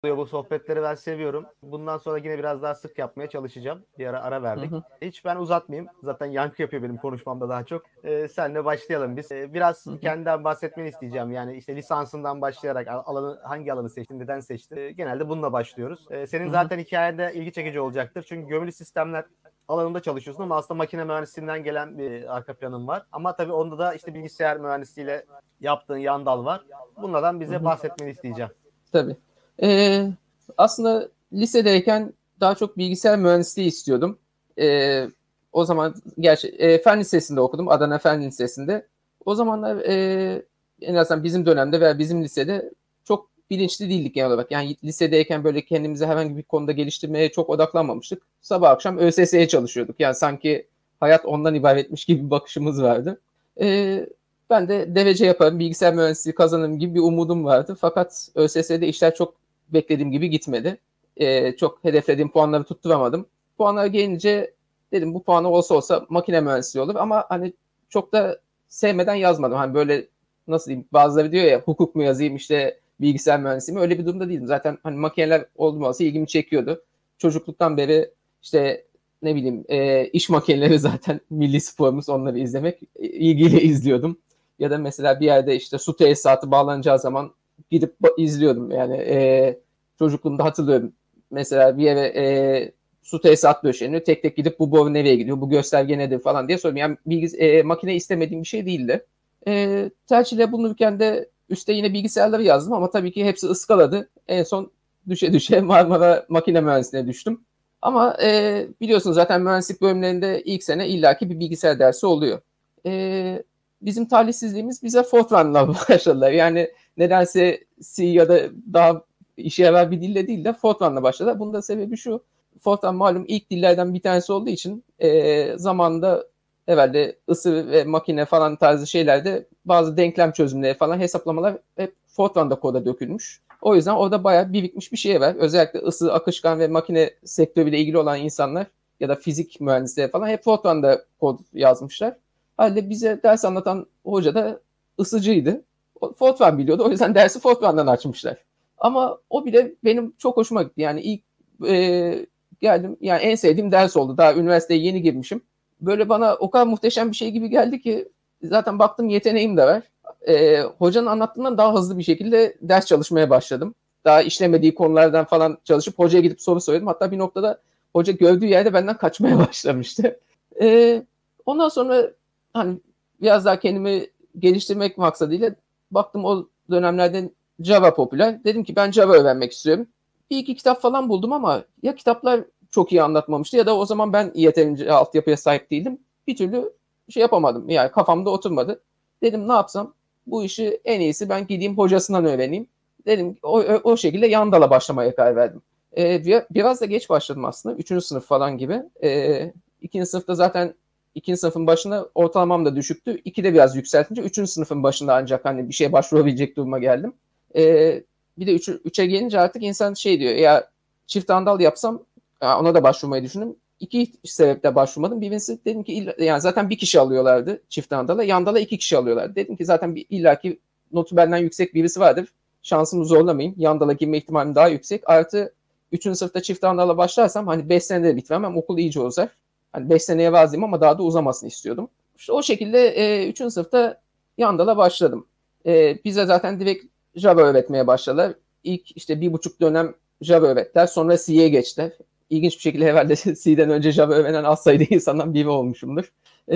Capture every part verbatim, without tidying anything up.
Bu sohbetleri ben seviyorum. Bundan sonra yine biraz daha sık yapmaya çalışacağım. Bir ara ara Hı verdik. hı. Hiç ben uzatmayayım. Zaten yankı yapıyor benim konuşmamda daha çok. Ee, senle başlayalım biz. Ee, biraz Hı hı. kendinden bahsetmeni isteyeceğim. Yani işte lisansından başlayarak al- alanı hangi alanı seçtin, neden seçtin? Ee, genelde bununla başlıyoruz. Ee, senin Hı hı. zaten hikayende ilgi çekici olacaktır. Çünkü gömülü sistemler alanında çalışıyorsun ama aslında makine mühendisliğinden gelen bir arka planın var. Ama tabii onda da işte bilgisayar mühendisliğiyle yaptığın yan dal var. Bunlardan Hı bize hı. bahsetmeni isteyeceğim. Tabii. Ee, Aslında lisedeyken daha çok bilgisayar mühendisliği istiyordum. Ee, O zaman gerçi e, Fen Lisesi'nde okudum. Adana Fen Lisesi'nde. O zamanlar e, en azından bizim dönemde veya bizim lisede çok bilinçli değildik genel olarak. Yani lisedeyken böyle kendimizi herhangi bir konuda geliştirmeye çok odaklanmamıştık. Sabah akşam ÖSS'ye çalışıyorduk. Yani sanki hayat ondan ibaretmiş gibi bir bakışımız vardı. Ee, Ben de derece yaparım, bilgisayar mühendisliği kazanırım gibi bir umudum vardı. Fakat ÖSS'de işler çok beklediğim gibi gitmedi. Ee, çok hedeflediğim puanları tutturamadım. Puanlar gelince dedim bu puanı olsa olsa makine mühendisliği olur. Ama hani çok da sevmeden yazmadım. Hani böyle nasıl diyeyim, bazıları diyor ya hukuk mu yazayım işte bilgisayar mühendisliği mi, öyle bir durumda değildim. Zaten hani makineler oldum olsa ilgimi çekiyordu. Çocukluktan beri işte ne bileyim e, iş makineleri zaten milli sporumuz, onları izlemek e, ilgiyle izliyordum. Ya da mesela bir yerde işte su tesisatı bağlanacağı zaman gidip izliyordum. Yani e, çocukluğumda hatırlıyorum. Mesela bir yere e, su tesisat döşeniyor. Tek tek gidip bu boru nereye gidiyor, bu gösterge nedir falan diye soruyorum. Yani bilgis e, makine istemediğim bir şey değildi. E, tercihle bulunurken de üstte yine bilgisayarları yazdım ama tabii ki hepsi ıskaladı. En son düşe düşe Marmara Makine Mühendisliğine düştüm. Ama e, biliyorsunuz zaten mühendislik bölümlerinde ilk sene illaki bir bilgisayar dersi oluyor. E, Bizim talihsizliğimiz, bize Fortran'la başladılar. Yani nedense C ya da daha işe yarar bir dille değil de Fortran'la başladılar. Bunun da sebebi şu: Fortran malum ilk dillerden bir tanesi olduğu için e, zamanında herhalde ısı ve makine falan tarzı şeylerde bazı denklem çözümleri falan, hesaplamalar hep Fortran'da koda dökülmüş. O yüzden orada bayağı birikmiş bir şey var. Özellikle ısı, akışkan ve makine sektörüyle ilgili olan insanlar ya da fizik mühendisleri falan hep Fortran'da kod yazmışlar. Halde bize ders anlatan hoca da ısıcıydı. Fortran biliyordu. O yüzden dersi Fortran'dan açmışlar. Ama o bile benim çok hoşuma gitti. Yani ilk e, geldim, yani en sevdiğim ders oldu. Daha üniversiteye yeni girmişim. Böyle bana o kadar muhteşem bir şey gibi geldi ki zaten baktım yeteneğim de var. E, hocanın anlattığından daha hızlı bir şekilde ders çalışmaya başladım. Daha işlemediği konulardan falan çalışıp hocaya gidip soru sordum. Hatta bir noktada hoca gördüğü yerde benden kaçmaya başlamıştı. E, Ondan sonra hani biraz daha kendimi geliştirmek maksadıyla baktım o dönemlerden Java popüler. Dedim ki ben Java öğrenmek istiyorum. Bir iki kitap falan buldum ama ya kitaplar çok iyi anlatmamıştı ya da o zaman ben yeterince altyapıya sahip değildim. Bir türlü şey yapamadım. Yani kafamda oturmadı. Dedim ne yapsam? Bu işi en iyisi ben gideyim hocasından öğreneyim. Dedim o, o şekilde Yandal'a başlamaya karar verdim. Ee, biraz da geç başladım aslında. Üçüncü sınıf falan gibi. Ee, ikinci sınıfta zaten ikinci sınıfın başında ortalamam da düşüktü. İkide biraz yükseltince üçüncü sınıfın başında ancak hani bir şeye başvurabilecek duruma geldim. Ee, Bir de üç, üçe gelince artık insan şey diyor ya, çift andal yapsam ya ona da başvurmayı düşündüm. İki sebeple başvurmadım. Birincisi dedim ki illa, yani zaten bir kişi alıyorlardı çift andala. Yandala iki kişi alıyorlardı. Dedim ki zaten bir, illaki notu benden yüksek birisi vardır. Şansımı zorlamayayım. Yandala girme ihtimalim daha yüksek. Artı üçüncü sınıfta çift andala başlarsam hani beş senede bitmem. Hem okul iyice uzar. Hani beş seneye vaziyim ama daha da uzamasını istiyordum. İşte o şekilde e, üçüncü sınıfta Yandal'a başladım. E, bize zaten direkt Java öğretmeye başladılar. İlk işte bir buçuk dönem Java öğrettiler. Sonra C'ye geçtiler. İlginç bir şekilde herhalde C'den önce Java öğrenen az sayıda insandan biri olmuşumdur. E,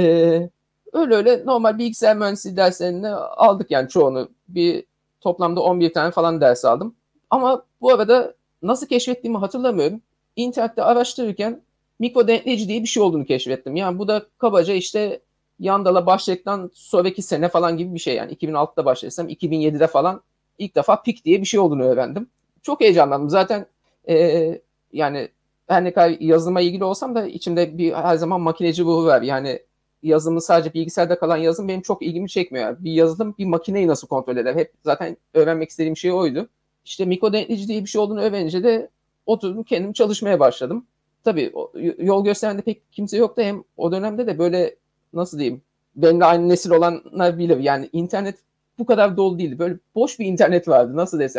Öyle öyle normal bilgisayar mühendisliği derslerini aldık yani çoğunu. Bir toplamda on bir tane falan ders aldım. Ama bu arada nasıl keşfettiğimi hatırlamıyorum. İnternette araştırırken mikro denkleyici diye bir şey olduğunu keşfettim. Yani bu da kabaca işte Yandal'a başladıktan sonraki sene falan gibi bir şey. Yani iki bin altıda başladıysam iki bin yedide falan ilk defa P I K diye bir şey olduğunu öğrendim. Çok heyecanlandım. Zaten e, yani her ne kadar yazılıma ilgili olsam da içimde bir her zaman makineci ruhu var. Yani yazılımı sadece bilgisayarda kalan yazılım benim çok ilgimi çekmiyor. Yani bir yazılım bir makineyi nasıl kontrol eder? Hep zaten öğrenmek istediğim şey oydu. İşte mikro denkleyici diye bir şey olduğunu öğrenince de oturdum kendim çalışmaya başladım. Tabii yol gösteren de pek kimse yoktu. Hem o dönemde de böyle nasıl diyeyim, benimle aynı nesil olanlar bilir. Yani internet bu kadar dolu değildi. Böyle boş bir internet vardı nasıl desem.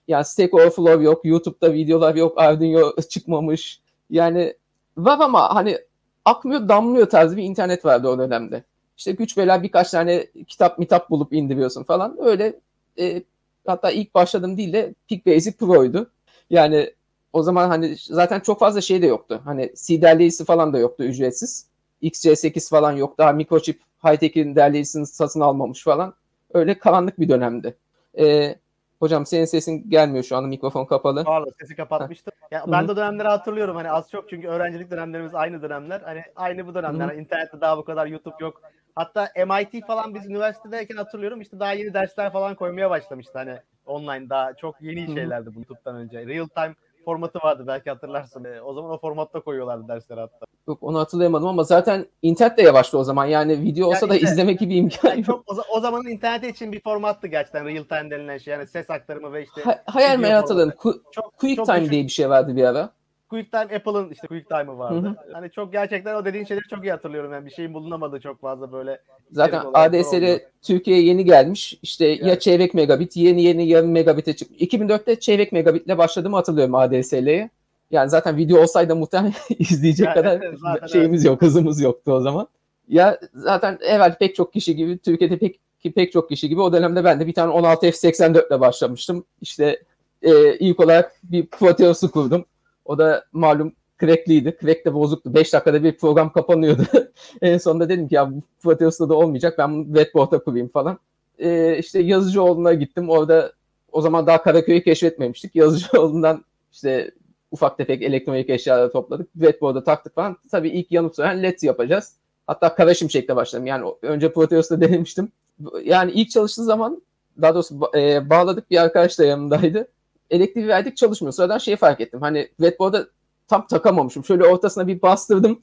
Yani Stack Overflow yok, YouTube'da videolar yok, Arduino çıkmamış. Yani var ama hani akmıyor damlıyor tarzı bir internet vardı o dönemde. İşte güç bela birkaç tane kitap mitap bulup indiriyorsun falan. Öyle e, hatta ilk başladığım değil de PicBasic Pro'ydu. Yani o zaman hani zaten çok fazla şey de yoktu. Hani C derleyicisi falan da yoktu ücretsiz. X C sekiz falan yok. Daha Microchip High-Tech'in derleyicisini satın almamış falan. Öyle karanlık bir dönemdi. E, hocam senin sesin gelmiyor şu anda, mikrofon kapalı. Pardon, sesi kapatmıştım. Ya ben Hı-hı. de o dönemleri hatırlıyorum, hani az çok, çünkü öğrencilik dönemlerimiz aynı dönemler. Hani aynı bu dönemler. Hı-hı. Hani internette daha bu kadar YouTube yok. Hatta M I T falan biz üniversitedeyken hatırlıyorum, işte daha yeni dersler falan koymaya başlamıştı hani online, daha çok yeni Hı-hı. şeylerdi bu YouTube'dan önce. Real time formatı vardı, belki hatırlarsın. Ee, o zaman o formatta koyuyorlardı dersleri hatta. Yok, onu hatırlayamadım ama zaten internet de yavaştı o zaman. Yani video olsa Yani da işte izleme gibi imkan yani yok. çok o, o zamanın interneti için bir formattı gerçekten real time denilen şey. Yani ses aktarımı ve işte Ha- hayal meyal video hatırladım. formatı. Qu- Çok çok QuickTime düşük. diye bir şey vardı bir ara. QuickTime, Apple'ın işte QuickTime'ı Hı hı. vardı. Hani çok gerçekten o dediğin şeyleri çok iyi hatırlıyorum. Yani bir şeyin bulunamadığı çok fazla böyle içerik Zaten olarak zor oldu. A D S L Türkiye'ye yeni gelmiş. İşte ya Evet. çeyrek megabit, yeni yeni yarım megabite çıkmış. iki bin dörtte çeyrek megabitle başladığımı hatırlıyorum A D S L'ye. Yani zaten video olsaydı muhtemelen izleyecek Yani, kadar zaten evet. şeyimiz yok, hızımız yoktu o zaman. Ya zaten evvel pek çok kişi gibi, Türkiye'de pek pek çok kişi gibi o dönemde ben de bir tane on altı F seksen dört ile başlamıştım. İşte e, ilk olarak bir Proteus'u kurdum. O da malum crackliydi. Crack de bozuktu. beş dakikada bir program kapanıyordu. En sonunda dedim ki ya bu Proteus'ta da olmayacak. Ben bunu Wetboard'a kurayım falan. Ee, işte Yazıcıoğlu'na gittim. Orada o zaman daha Karaköy'ü keşfetmemiştik. Yazıcıoğlu'ndan işte ufak tefek elektronik eşyaları topladık. Wetboard'a taktık falan. Tabii ilk yanıp sönen L E D yapacağız. Hatta Kara Şimşek'le başladım. Yani önce Proteus'ta denemiştim. Yani ilk çalıştığı zaman, daha doğrusu e, bağladık, bir arkadaş da yanımdaydı. Elektriği verdik, çalışmıyor. Sonradan şeyi fark ettim. Hani Wetboard'a tam takamamışım. Şöyle ortasına bir bastırdım.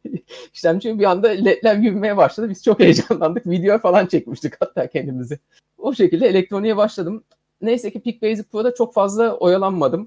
İşlemci bir anda ledler yürümeye başladı. Biz çok heyecanlandık. Video falan çekmiştik hatta kendimizi. O şekilde elektroniğe başladım. Neyse ki PicBasic Pro'da çok fazla oyalanmadım.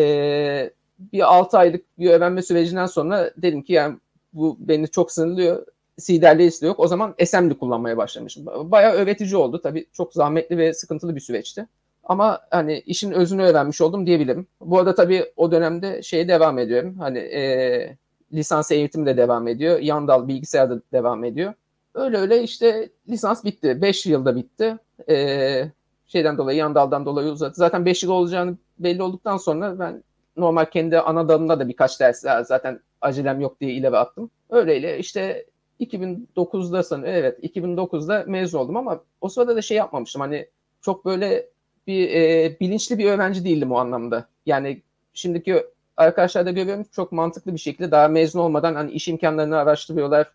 Ee, bir altı aylık bir öğrenme sürecinden sonra dedim ki yani bu beni çok sınırlıyor. C derleyicisi de yok. O zaman S M D kullanmaya başlamışım. Bayağı öğretici oldu. Tabii çok zahmetli ve sıkıntılı bir süreçti. Ama hani işin özünü öğrenmiş oldum diyebilirim. Bu arada tabii o dönemde şeye devam ediyorum. Hani e, lisans eğitim de devam ediyor. Yan dal bilgisayar da devam ediyor. Öyle öyle işte lisans bitti. beş yılda bitti. E, şeyden dolayı, yan daldan dolayı uzadı. Zaten beş yıl olacağını belli olduktan sonra ben normal kendi ana dalımda da birkaç ders zaten acelem yok diye ileri attım. Öyleyle işte iki bin dokuzda sanıyorum, evet iki bin dokuzda mezun oldum ama o sırada da şey yapmamıştım. Hani çok böyle bir e, bilinçli bir öğrenci değildim o anlamda. Yani şimdiki arkadaşlar da görüyorum, çok mantıklı bir şekilde daha mezun olmadan hani iş imkanlarını araştırıyorlar.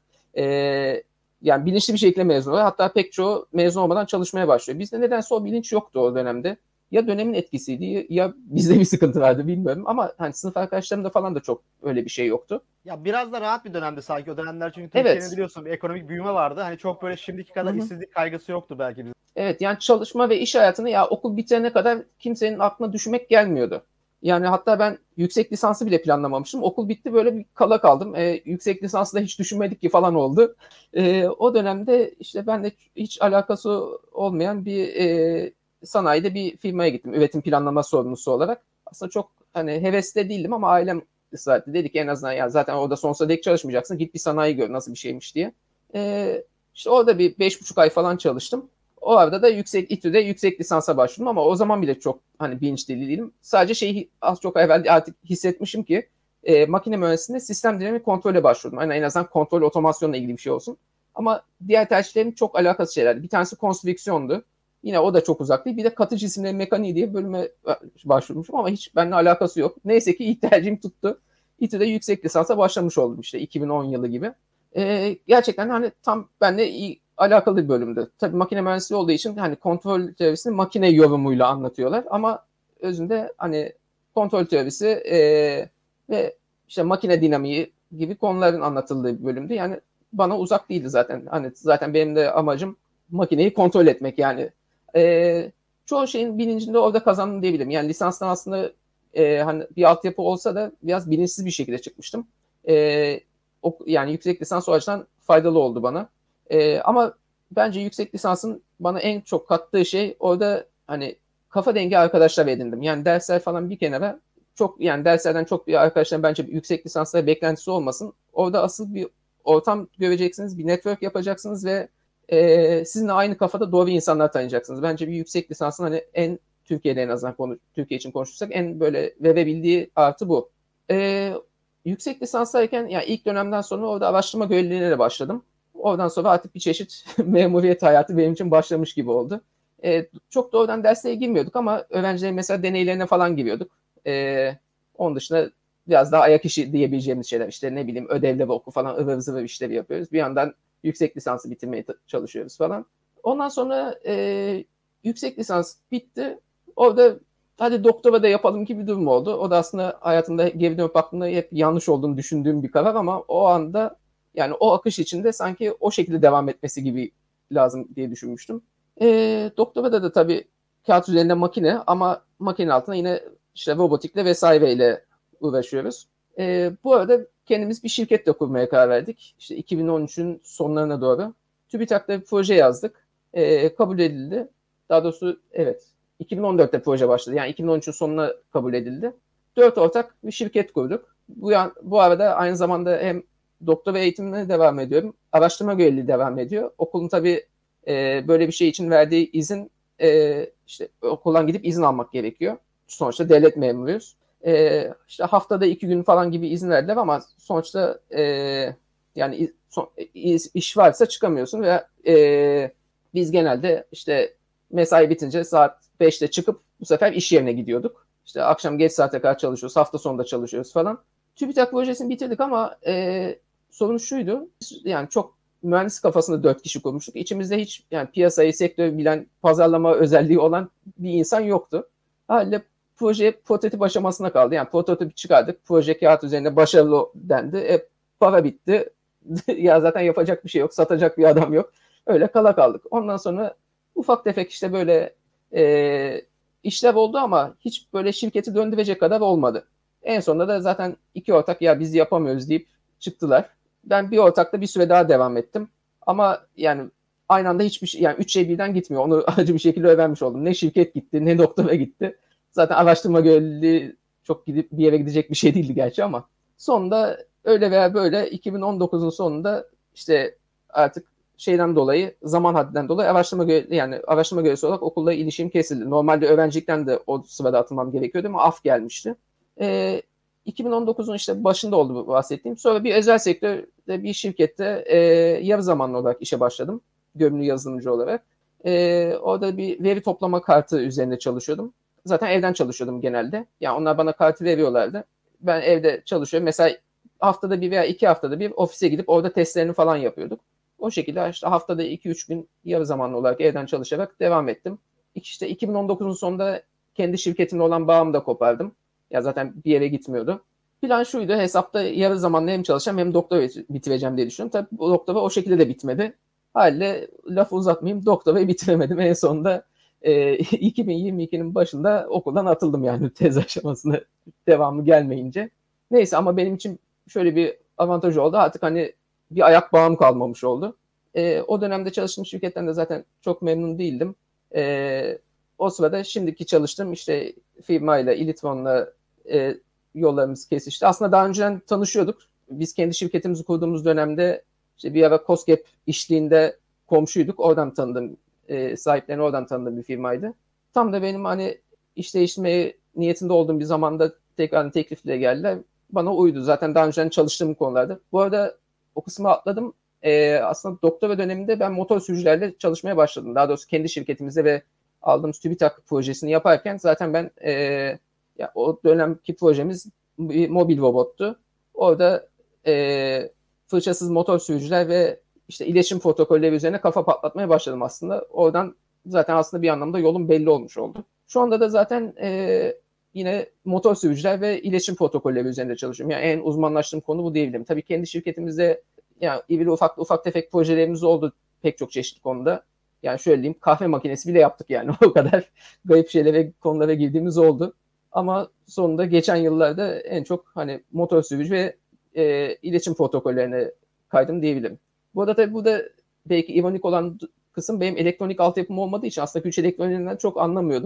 E, yani bilinçli bir şekilde mezun oluyor. Hatta pek çoğu mezun olmadan çalışmaya başlıyor. Bizde nedense o bilinç yoktu o dönemde. Ya dönemin etkisiydi ya bizde bir sıkıntı vardı, bilmiyorum. Ama hani sınıf arkadaşlarımda falan da çok öyle bir şey yoktu. Ya biraz da rahat bir dönemdi sanki o dönemler, çünkü Türkiye'nin Evet. biliyorsun bir ekonomik büyüme vardı. Hani çok böyle şimdiki Hı kadar hı. işsizlik kaygısı yoktu belki bizim. Evet, yani çalışma ve iş hayatını ya okul bitene kadar kimsenin aklına düşmek gelmiyordu. Yani hatta ben yüksek lisansı bile planlamamıştım. Okul bitti, böyle bir kala kaldım. E, yüksek lisansı da hiç düşünmedik ki falan oldu. E, o dönemde işte ben de hiç alakası olmayan bir e, sanayide bir firmaya gittim. Üretim planlama sorumlusu olarak. Aslında çok hani hevesli değildim ama ailem ısrar etti. Dedi ki en azından ya zaten orada sonsuza dek çalışmayacaksın. Git bir sanayi gör nasıl bir şeymiş diye. E, işte orada bir beş buçuk ay falan çalıştım. O arada da yüksek İTÜ'de yüksek lisansa başvurdum ama o zaman bile çok hani bilinçli değilim. Sadece şeyi az çok evvel artık hissetmişim ki e, makine mühendisliğinde sistem dinamik kontrole başvurdum. Yani en azından kontrol otomasyonla ilgili bir şey olsun. Ama diğer tercihlerim çok alakasız şeylerdi. Bir tanesi konstrüksiyondu. Yine o da çok uzak değil. Bir de katı cisimlerin mekaniği diye bölüme başvurmuşum ama hiç benimle alakası yok. Neyse ki ilk tercihim tuttu. İTÜ'de yüksek lisansa başlamış oldum işte iki bin on yılı gibi. Ee, gerçekten hani tam benimle iyi alakalı bir bölümdü. Tabii makine mühendisliği olduğu için hani kontrol teorisini makine yorumuyla anlatıyorlar ama özünde hani kontrol teorisi e, ve işte makine dinamiği gibi konuların anlatıldığı bir bölümdü. Yani bana uzak değildi zaten. Hani zaten benim de amacım makineyi kontrol etmek yani. E, çoğu şeyin bilincinde orada kazandım diyebilirim. Yani lisanstan aslında e, hani bir altyapı olsa da biraz bilinçsiz bir şekilde çıkmıştım. E, o, yani yüksek lisans o açıdan faydalı oldu bana. E, ama bence yüksek lisansın bana en çok kattığı şey orada hani kafa dengi arkadaşlar edindim. Yani dersler falan bir kenara, çok yani derslerden çok bir arkadaşlar bence bir yüksek lisanslara beklentisi olmasın. Orada asıl bir ortam göreceksiniz, bir network yapacaksınız ve e, sizinle aynı kafada doğru insanlar tanıyacaksınız. Bence bir yüksek lisansın hani en Türkiye'de en azından konu, Türkiye için konuşursak en böyle verebildiği artı bu. E, yüksek lisanstayken yani ilk dönemden sonra orada araştırma görevliliğine başladım. Oradan sonra artık bir çeşit memuriyet hayatı benim için başlamış gibi oldu. E, çok doğrudan derslere girmiyorduk ama öğrencilerin mesela deneylerine falan giriyorduk. E, onun dışında biraz daha ayak işi diyebileceğimiz şeyler, işte ne bileyim ödevle oku falan, ıvır zıvır işleri yapıyoruz. Bir yandan yüksek lisansı bitirmeye çalışıyoruz falan. Ondan sonra e, yüksek lisans bitti. Orada hadi doktora da yapalım gibi bir durum oldu. O da aslında hayatımda geri dönüp baktığımda hep yanlış olduğunu düşündüğüm bir karar ama o anda yani o akış içinde sanki o şekilde devam etmesi gibi lazım diye düşünmüştüm. E, doktorada da tabii kağıt üzerinde makine ama makine altında yine işte robotikle vesaireyle uğraşıyoruz. E, bu arada kendimiz bir şirket de kurmaya karar verdik. İşte iki bin on üçün sonlarına doğru. TÜBİTAK'ta bir proje yazdık. E, kabul edildi. Daha doğrusu evet iki bin on dörtte proje başladı. Yani iki bin on üçün sonuna kabul edildi. Dört ortak bir şirket kurduk. Bu, bu arada aynı zamanda hem doktora eğitimine devam ediyorum. Araştırma görevliliği devam ediyor. Okulun tabii e, böyle bir şey için verdiği izin e, işte okuldan gidip izin almak gerekiyor. Sonuçta devlet memuruyuz. E, işte haftada iki gün falan gibi izin verdiler ama sonuçta e, yani son, iş varsa çıkamıyorsun ve e, biz genelde işte mesai bitince saat beşte çıkıp bu sefer iş yerine gidiyorduk. İşte akşam geç saate kadar çalışıyoruz, hafta sonunda çalışıyoruz falan. TÜBİTAK projesini bitirdik ama e, sorun şuydu. Yani çok mühendis kafasında dört kişi kurmuştuk. İçimizde hiç yani piyasayı, sektörü bilen, pazarlama özelliği olan bir insan yoktu. Haliyle proje prototip aşamasına kaldı. Yani prototip çıkardık. Proje kağıt üzerinde başarılı dendi. E, para bitti. Ya zaten yapacak bir şey yok. Satacak bir adam yok. Öyle kala kaldık. Ondan sonra ufak tefek işte böyle e, işler oldu ama hiç böyle şirketi döndürecek kadar olmadı. En sonunda da zaten iki ortak ya biz yapamıyoruz deyip çıktılar. Ben bir ortakla bir süre daha devam ettim. Ama yani aynı anda hiçbir şey, yani üç şey birden gitmiyor. Onu acı bir şekilde öğrenmiş oldum. Ne şirket gitti, ne doktora gitti. Zaten araştırma görevliliği çok gidip bir yere gidecek bir şey değildi gerçi ama sonunda öyle veya böyle iki bin on dokuzun sonunda işte artık şeyden dolayı, zaman haddinden dolayı araştırma görevlisi, yani araştırma görevlisi olarak okulla ilişkim kesildi. Normalde öğrencilikten de o sırada atılmam gerekiyordu ama af gelmişti. Ee, iki bin on dokuzun işte başında oldu bu bahsettiğim. Sonra bir özel sektörde bir şirkette e, yarı zamanlı olarak işe başladım. Gönüllü yazılımcı olarak. E, orada bir veri toplama kartı üzerinde çalışıyordum. Zaten evden çalışıyordum genelde. Yani onlar bana kartı veriyorlardı. Ben evde çalışıyorum. Mesela haftada bir veya iki haftada bir ofise gidip orada testlerini falan yapıyorduk. O şekilde işte haftada iki üç gün yarı zamanlı olarak evden çalışarak devam ettim. İşte iki bin on dokuzun sonunda kendi şirketimle olan bağımı da kopardım. Ya zaten bir yere gitmiyordu. Plan şuydu, hesapta yarı zamanlı hem çalışacağım hem doktora bitireceğim diye düşünüyorum. Tabii bu doktora o şekilde de bitmedi. Haliyle lafı uzatmayayım, doktorayı bitiremedim. En sonunda e, iki bin yirmi ikinin başında okuldan atıldım yani tez aşamasına devamı gelmeyince. Neyse ama benim için şöyle bir avantajı oldu. Artık hani bir ayak bağım kalmamış oldu. E, o dönemde çalıştığım şirketten de zaten çok memnun değildim. E, o sırada şimdiki çalıştığım işte firmayla, İlitron'la e, yollarımız kesişti. Aslında daha önceden tanışıyorduk. Biz kendi şirketimizi kurduğumuz dönemde işte bir ara KOSGEB işliğinde komşuyduk. Oradan tanıdığım, e, sahiplerini oradan tanıdığım bir firmaydı. Tam da benim hani iş değiştirmeye niyetinde olduğum bir zamanda tekrar teklifle geldiler. Bana uydu. Zaten daha önceden çalıştığım konularda. Bu arada o kısmı atladım. Ee, aslında doktora döneminde ben motor sürücülerle çalışmaya başladım. Daha doğrusu kendi şirketimizde ve aldığımız TÜBİTAK projesini yaparken zaten ben e, ya o dönemki projemiz bir mobil robottu. Orada e, fırçasız motor sürücüler ve işte iletişim protokolleri üzerine kafa patlatmaya başladım aslında. Oradan zaten aslında bir anlamda yolum belli olmuş oldu. Şu anda da zaten e, yine motor sürücüler ve iletişim protokolleri üzerinde çalışıyorum. Yani en uzmanlaştığım konu bu diyebilirim. Tabii kendi şirketimizde yani ivri ufak ufak tefek projelerimiz oldu pek çok çeşitli konuda. Yani şöyle diyeyim, kahve makinesi bile yaptık yani o kadar garip şeylere, konulara girdiğimiz oldu. Ama sonunda geçen yıllarda en çok hani motor sürücü ve e, iletişim protokollerine kaydım diyebilirim. Bu arada tabii bu da belki ironik olan kısım benim elektronik altyapım olmadığı için aslında güç elektroniğinden çok anlamıyordum.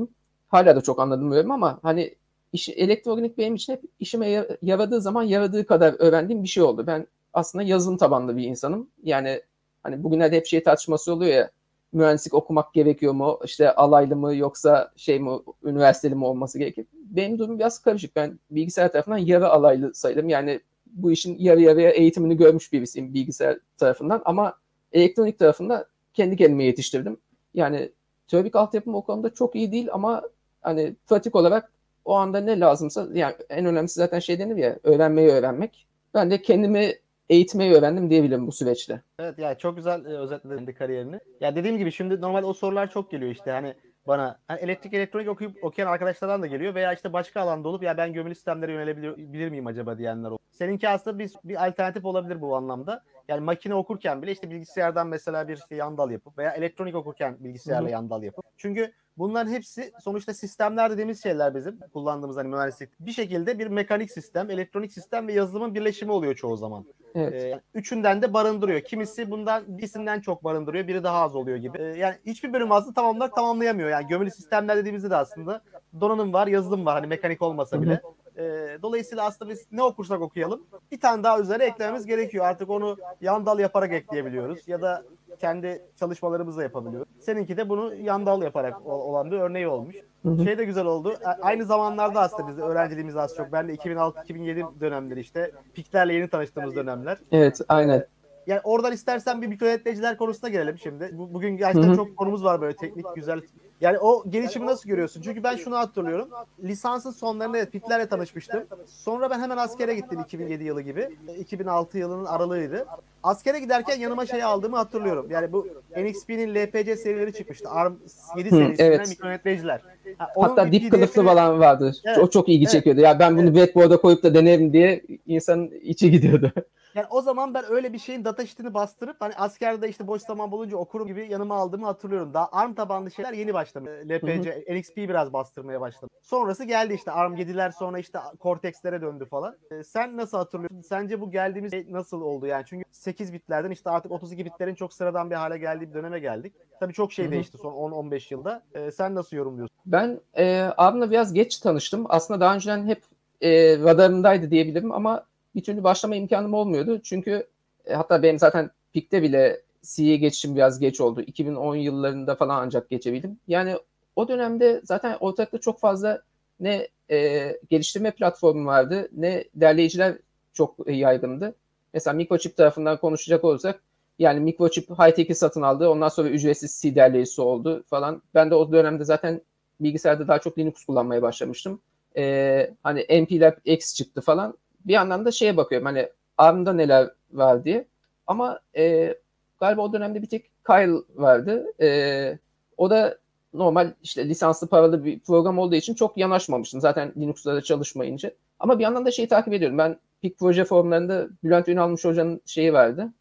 hala da çok anlamıyorum ama hani iş, elektronik benim için hep işime yaradığı zaman yaradığı kadar öğrendiğim bir şey oldu. Ben aslında yazılım tabanlı bir insanım. Yani hani bugünlerde hep şey tartışması oluyor ya, mühendislik okumak gerekiyor mu? İşte alaylı mı yoksa şey mi, üniversiteli mi olması gerekir? Benim durumum biraz karışık. Ben bilgisayar tarafından yarı alaylı sayılırım. Yani bu işin yarı yarıya eğitimini görmüş birisiyim bilgisayar tarafından ama elektronik tarafında kendi kendime yetiştirdim. Yani teorik altyapım o konuda çok iyi değil ama hani pratik olarak o anda ne lazımsa, yani en önemlisi zaten şey denir ya, öğrenmeyi öğrenmek. Ben de kendimi eğitmeyi öğrendim diyebilirim bu süreçte. Evet, yani çok güzel e, özetledin kariyerini. Ya dediğim gibi şimdi normalde o sorular çok geliyor işte hani bana hani elektrik elektronik okuyup okuyan arkadaşlardan da geliyor veya işte başka alanda olup ya ben gömülü sistemlere yönelebilir bilir miyim acaba diyenler oluyor. Seninki aslında bir, bir alternatif olabilir bu anlamda. Yani makine okurken bile işte bilgisayardan mesela bir işte yan dal yapıp veya elektronik okurken bilgisayarla Hı hı. yan dal yapıp. Çünkü bunların hepsi sonuçta sistemler dediğimiz şeyler bizim kullandığımız hani mühendislik. Bir şekilde bir mekanik sistem, elektronik sistem ve yazılımın birleşimi oluyor çoğu zaman. Evet. Ee, üçünden de barındırıyor. Kimisi bundan birisinden çok barındırıyor, biri daha az oluyor gibi. Ee, yani hiçbir bölüm aslında tam olarak tamamlayamıyor. Yani gömülü sistemler dediğimizde de aslında donanım var, yazılım var hani mekanik Hı olmasa hı. bile. Ee, dolayısıyla aslında biz ne okursak okuyalım bir tane daha üzerine eklememiz gerekiyor. Artık onu yan dal yaparak ekleyebiliyoruz ya da kendi çalışmalarımızla yapabiliyoruz. Seninki de bunu yan dal yaparak olan bir örneği olmuş. Hı hı. Şey de güzel oldu. Aynı zamanlarda aslında biz de öğrenciliğimiz az çok. Ben de iki bin altı iki bin yedi dönemleri işte Pikler'le yeni tanıştığımız dönemler. Evet, aynen. Ee, yani oradan istersen bir mikroyönetmeciler konusuna gelelim şimdi. Bu, bugün Hı gerçekten hı. çok konumuz var böyle teknik güzel. Yani o gelişimi nasıl görüyorsun? Çünkü ben şunu hatırlıyorum. Lisansın sonlarında evet, Pikler'le tanışmıştım. Sonra ben hemen askere gittim iki bin yedi yılı gibi. iki bin altı yılının aralığıydı. Askere giderken yanıma şey aldığımı hatırlıyorum. Yani bu N X P'nin L P C serileri çıkmıştı. ARM yedi Hı, serisinden evet. mikroyönetmeciler. Ha, onun Hatta bir dip kılıflı P D F'ini falan vardı. O evet, çok ilgi evet, çekiyordu. Ya ben bunu evet. whiteboard'a koyup da denerim diye insanın içi gidiyordu. Yani o zaman ben öyle bir şeyin data sheet'ini bastırıp hani askerde işte boş zaman bulunca okurum gibi yanıma aldığımı hatırlıyorum. Daha ARM tabanlı şeyler yeni başlamış. Hı hı. L P C, N X P'yi biraz bastırmaya başladı. Sonrası geldi işte ARM yediler sonra işte Cortex'lere döndü falan. Ee, sen nasıl hatırlıyorsun? Sence bu geldiğimiz şey nasıl oldu yani? Çünkü sekiz bitlerden işte artık otuz iki bitlerin çok sıradan bir hale geldiği bir döneme geldik. Tabii çok Hı şey hı. değişti son on on beş yılda. Ee, sen nasıl yorumluyorsun? Ben e, abimle biraz geç tanıştım. Aslında daha önceden hep e, radarımdaydı diyebilirim ama bir türlü başlama imkanım olmuyordu. Çünkü e, hatta benim zaten Peak'te bile C'ye geçişim biraz geç oldu. iki bin on yıllarında falan ancak geçebildim. Yani o dönemde zaten ortalıkta çok fazla ne e, geliştirme platformu vardı ne derleyiciler çok e, yaygındı. Mesela Microchip tarafından konuşacak olursak yani Microchip High-Tech'i satın aldı. Ondan sonra ücretsiz C derleyicisi oldu falan. Ben de o dönemde zaten bilgisayarda daha çok Linux kullanmaya başlamıştım. Ee, hani M P Lab X çıktı falan. Bir yandan da şeye bakıyorum hani ARM'da neler var diye. Ama e, galiba o dönemde bir tek Kyle vardı. E, o da normal işte lisanslı paralı bir program olduğu için çok yanaşmamıştım. Zaten Linux'larda çalışmayınca. Ama bir yandan da şeyi takip ediyorum. Ben Peak proje forumlarında Bülent Ünalmış Hoca'nın şeyi vardı.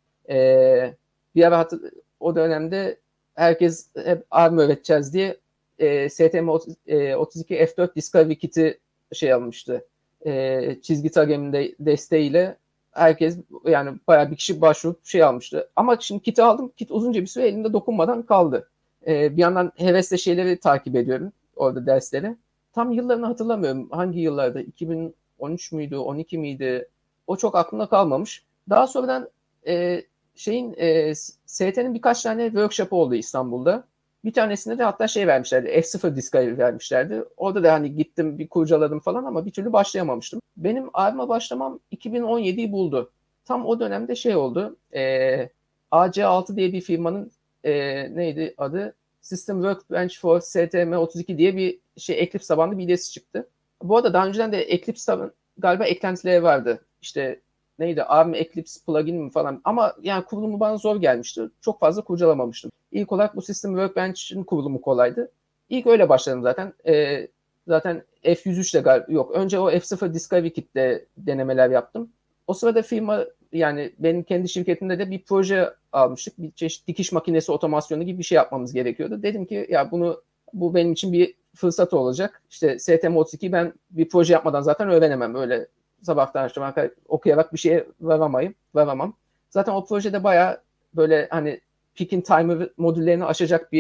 E, bir ara hatır, o dönemde herkes hep ARM öğreteceğiz diye e, S T M otuz iki F dört Discovery Kit'i şey almıştı. E, çizgi tagemin de desteğiyle herkes yani bayağı bir kişi başvurup şey almıştı. Ama şimdi kit'i aldım. Kit uzunca bir süre elimde dokunmadan kaldı. E, bir yandan hevesle şeyleri takip ediyorum. Orada dersleri. Tam yıllarını hatırlamıyorum. Hangi yıllarda? iki bin on üç müydü? on iki miydi? O çok aklımda kalmamış. Daha sonradan e, şeyin e, S T'nin birkaç tane workshop oldu İstanbul'da. Bir tanesinde de hatta şey vermişlerdi. F sıfır Discovery vermişlerdi. Orada da hani gittim bir kurcaladım falan ama bir türlü başlayamamıştım. Benim ARM'a başlamam iki bin on yediyi buldu. Tam o dönemde şey oldu. E, A C altı diye bir firmanın e, neydi adı? System Workbench for S T M otuz iki diye bir şey Eclipse tabanlı bir idesi çıktı. Bu arada daha önceden de Eclipse tabanlı galiba eklentileri vardı. İşte neydi ARM Eclipse plugin mi falan ama yani kurulumu bana zor gelmişti. Çok fazla kurcalamamıştım. İlk olarak bu System Workbench'in kurulumu kolaydı. İlk öyle başladım zaten. Ee, zaten F yüz üçte galiba yok. Önce o F sıfır Discovery Kit'te denemeler yaptım. O sırada firma yani benim kendi şirketimde de bir proje almıştık. Bir çeşit dikiş makinesi otomasyonu gibi bir şey yapmamız gerekiyordu. Dedim ki ya bunu bu benim için bir fırsat olacak. İşte S T M otuz iki ben bir proje yapmadan zaten öğrenemem. Öyle sabahtan akşama kadar okuyarak bir şeye varamayım, varamam. Zaten o projede bayağı böyle hani Peak'in timer modüllerini aşacak bir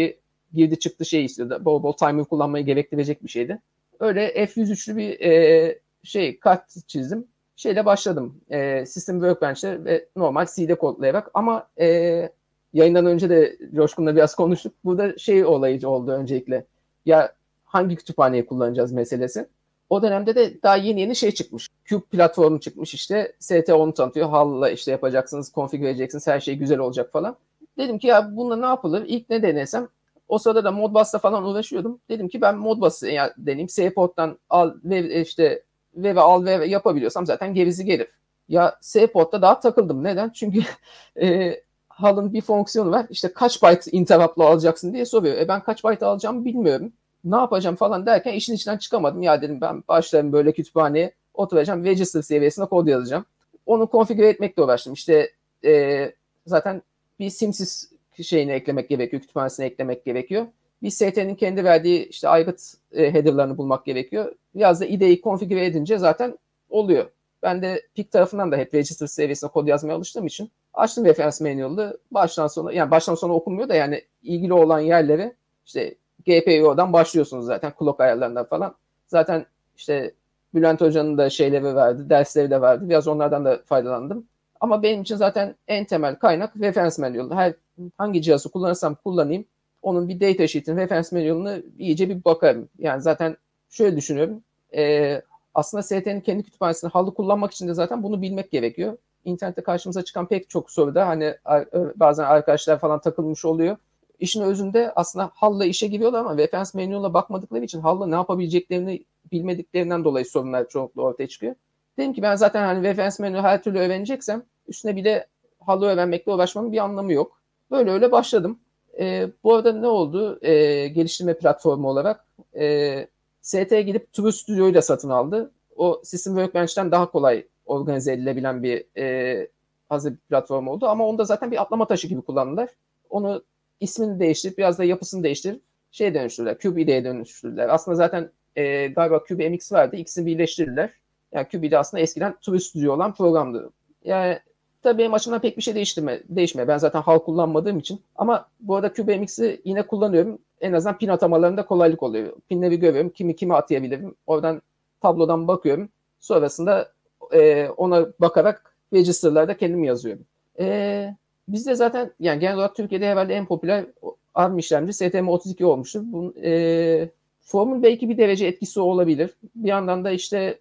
girdi çıktı şey istiyordu. Bol bol timer kullanmayı gerektirecek bir şeydi. Öyle F yüz üçlü bir e, şey kart çizdim. Şeyle başladım. E, System Workbench'te ve normal C'de kodlayarak. Ama e, yayından önce de Coşkun'la biraz konuştuk. Burada şey olayı oldu öncelikle. Ya hangi kütüphaneyi kullanacağız meselesi. O dönemde de daha yeni yeni şey çıkmış. Cube platformu çıkmış işte. S T onu tanıtıyor. Hall'la işte yapacaksınız, konfigüre edeceksiniz. Her şey güzel olacak falan. Dedim ki ya bununla ne yapılır? İlk ne denesem? O sırada da Modbus'la falan uğraşıyordum. Dedim ki ben Modbus'ı ya deneyeyim. Cport'tan al ve işte ve al ve yapabiliyorsam zaten gerisi gelir. Ya Cport'ta daha takıldım. Neden? Çünkü e, Hall'ın bir fonksiyonu var. İşte kaç byte interrupt'la alacaksın diye soruyor. E ben kaç byte alacağımı bilmiyorum. Ne yapacağım falan derken işin içinden çıkamadım. Ya dedim ben başlarım böyle kütüphaneye oturacağım. Register seviyesinde kod yazacağım. Onu konfigüre etmekle uğraştım. İşte e, zaten bir simsiz şeyini eklemek gerekiyor. Kütüphanesine eklemek gerekiyor. Bir S T'nin kendi verdiği işte aygıt e, header'larını bulmak gerekiyor. Biraz da I D E'yi konfigüre edince zaten oluyor. Ben de P I C tarafından da hep register seviyesinde kod yazmaya alıştığım için açtım referans manual'ı. Baştan sona yani baştan sona okunmuyor da yani ilgili olan yerleri işte G P I O'dan başlıyorsunuz zaten clock ayarlarından falan. Zaten işte Bülent Hoca'nın da şeyleri verdi, dersleri de verdi. Biraz onlardan da faydalandım. Ama benim için zaten en temel kaynak referans manual. Her hangi cihazı kullanırsam kullanayım onun bir data sheet'in referans manual'ını iyice bir bakarım. Yani zaten şöyle düşünüyorum. E, aslında S T'nin kendi kütüphanesini Hall'ı kullanmak için de zaten bunu bilmek gerekiyor. İnternette karşımıza çıkan pek çok soruda hani bazen arkadaşlar falan takılmış oluyor. İşin özünde aslında Hall'la işe giriyorlar ama referans manual'a bakmadıkları için Hall'la ne yapabileceklerini bilmediklerinden dolayı sorunlar çoğunlukla ortaya çıkıyor. Dedim ki ben zaten hani referans manual her türlü öğreneceksem üstüne bir de Hall'ı öğrenmekle uğraşmanın bir anlamı yok. Böyle öyle başladım. E, bu arada ne oldu? E, geliştirme platformu olarak e, S T gidip True Studio'yu da satın aldı. O System Workbench'ten daha kolay organize edilebilen bir e, hazır bir platform oldu. Ama onu da zaten bir atlama taşı gibi kullandılar. Onu ismini değiştirip biraz da yapısını değiştirip şeye dönüştürdüler. Cube I D E'ye dönüştürdüler. Aslında zaten e, galiba Cube M X vardı. İkisini birleştirdiler. Yani Cube I D E aslında eskiden True Studio olan programdı. Yani tabii benim açımdan pek bir şey değiştirme, değişmiyor. Ben zaten Hall kullanmadığım için. Ama bu arada Cube M X'i yine kullanıyorum. En azından pin atamalarında kolaylık oluyor. Pinleri görüyorum. Kimi kime atayabilirim. Oradan tablodan bakıyorum. Sonrasında e, ona bakarak register'larda kendim yazıyorum. E, bizde zaten yani genel olarak Türkiye'de herhalde en popüler ARM işlemci S T M otuz iki olmuştur. Bunun, e, formun belki bir derece etkisi olabilir. Bir yandan da işte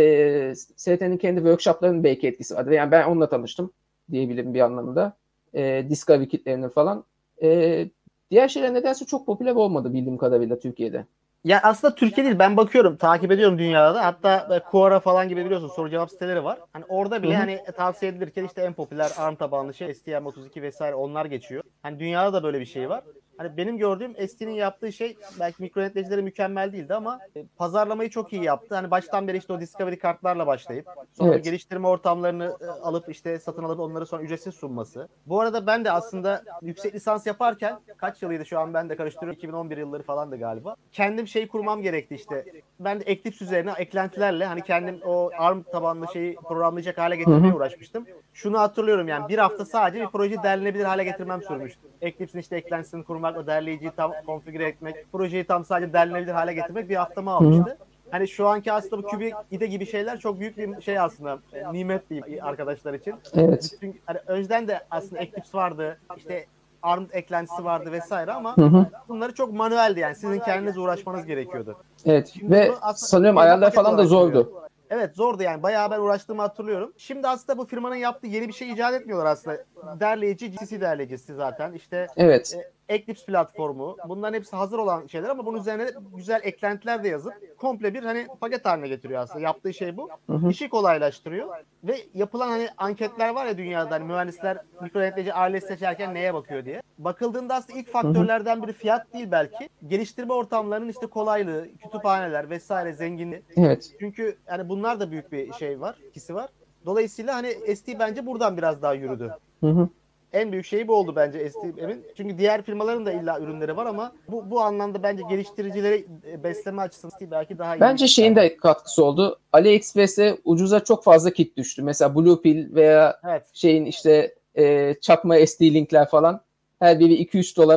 e, S T'nin kendi workshoplarının belki etkisi vardır. Yani ben onunla tanıştım diyebilirim bir anlamda. E, Discovery kitlerinin falan. E, diğer şeyler nedense çok popüler olmadı bildiğim kadarıyla Türkiye'de. Ya aslında Türkiye değil, ben bakıyorum, takip ediyorum dünyada da. Hatta Quora falan gibi biliyorsun soru cevap siteleri var. Hani orada bile Hı hı. hani tavsiye edilirken işte en popüler ARM tabanlı şey S T M otuz iki vesaire onlar geçiyor. Hani dünyada da böyle bir şey var. Hani benim gördüğüm S T'nin yaptığı şey belki mikronetleyicileri mükemmel değildi ama e, pazarlamayı çok iyi yaptı. Hani baştan beri işte o Discovery kartlarla başlayıp sonra Evet. geliştirme ortamlarını e, alıp işte satın alıp onları sonra ücretsiz sunması. Bu arada ben de aslında yüksek lisans yaparken kaç yılıydı şu an ben de karıştırıyorum, iki bin on bir yılları falandı galiba. Kendim şey kurmam gerekti işte. Ben de Eclipse üzerine eklentilerle hani kendim o ARM tabanlı şeyi programlayacak hale getirmeye Hı hı. uğraşmıştım. Şunu hatırlıyorum, yani bir hafta sadece bir projeyi derlenebilir hale getirmem sürmüştü. Eclipse'in işte eklentisini kurmak, o derleyiciyi tam konfigüre etmek, projeyi tam sadece derlenebilir hale getirmek bir haftamı almıştı. Hani şu anki aslında bu Cube I D E gibi şeyler çok büyük bir şey aslında, e, nimet diyeyim arkadaşlar için. Evet. Bütün, hani önceden de aslında Eclipse vardı, işte ARM eklentisi vardı vesaire ama Hı hı. bunları çok manueldi, yani sizin kendiniz uğraşmanız gerekiyordu. Evet. Şimdi Ve bunu aslında sanıyorum firma ayarlar paketle falan da uğraştırıyor. zordu. Evet, zordu yani. Bayağı ben uğraştığımı hatırlıyorum. Şimdi aslında bu firmanın yaptığı yeni bir şey icat etmiyorlar aslında. Derleyici, G C C derleyicisi zaten. İşte Evet. e, Eclipse platformu. Bunların hepsi hazır olan şeyler ama bunun üzerine güzel eklentiler de yazıp komple bir hani paket haline getiriyor aslında. Yaptığı şey bu. Hı hı. İşi kolaylaştırıyor. Ve yapılan hani anketler var ya dünyada, hani mühendisler mikroyönetici alet seçerken neye bakıyor diye. Bakıldığında aslında ilk faktörlerden biri fiyat değil belki. Geliştirme ortamlarının işte kolaylığı, kütüphaneler vesaire zenginliği. Evet. Çünkü yani bunlar da büyük bir şey var, ikisi var. Dolayısıyla hani S T bence buradan biraz daha yürüdü. Hı hı. En büyük şeyi bu oldu bence S T M'in. Çünkü diğer firmaların da illa ürünleri var ama bu bu anlamda bence geliştiricileri besleme açısından S T belki daha iyi. Bence şeyin de katkısı oldu. AliExpress'e ucuza çok fazla kit düştü. Mesela Bluepill veya evet. şeyin işte e, çakma S D linkler falan her biri iki üç dolara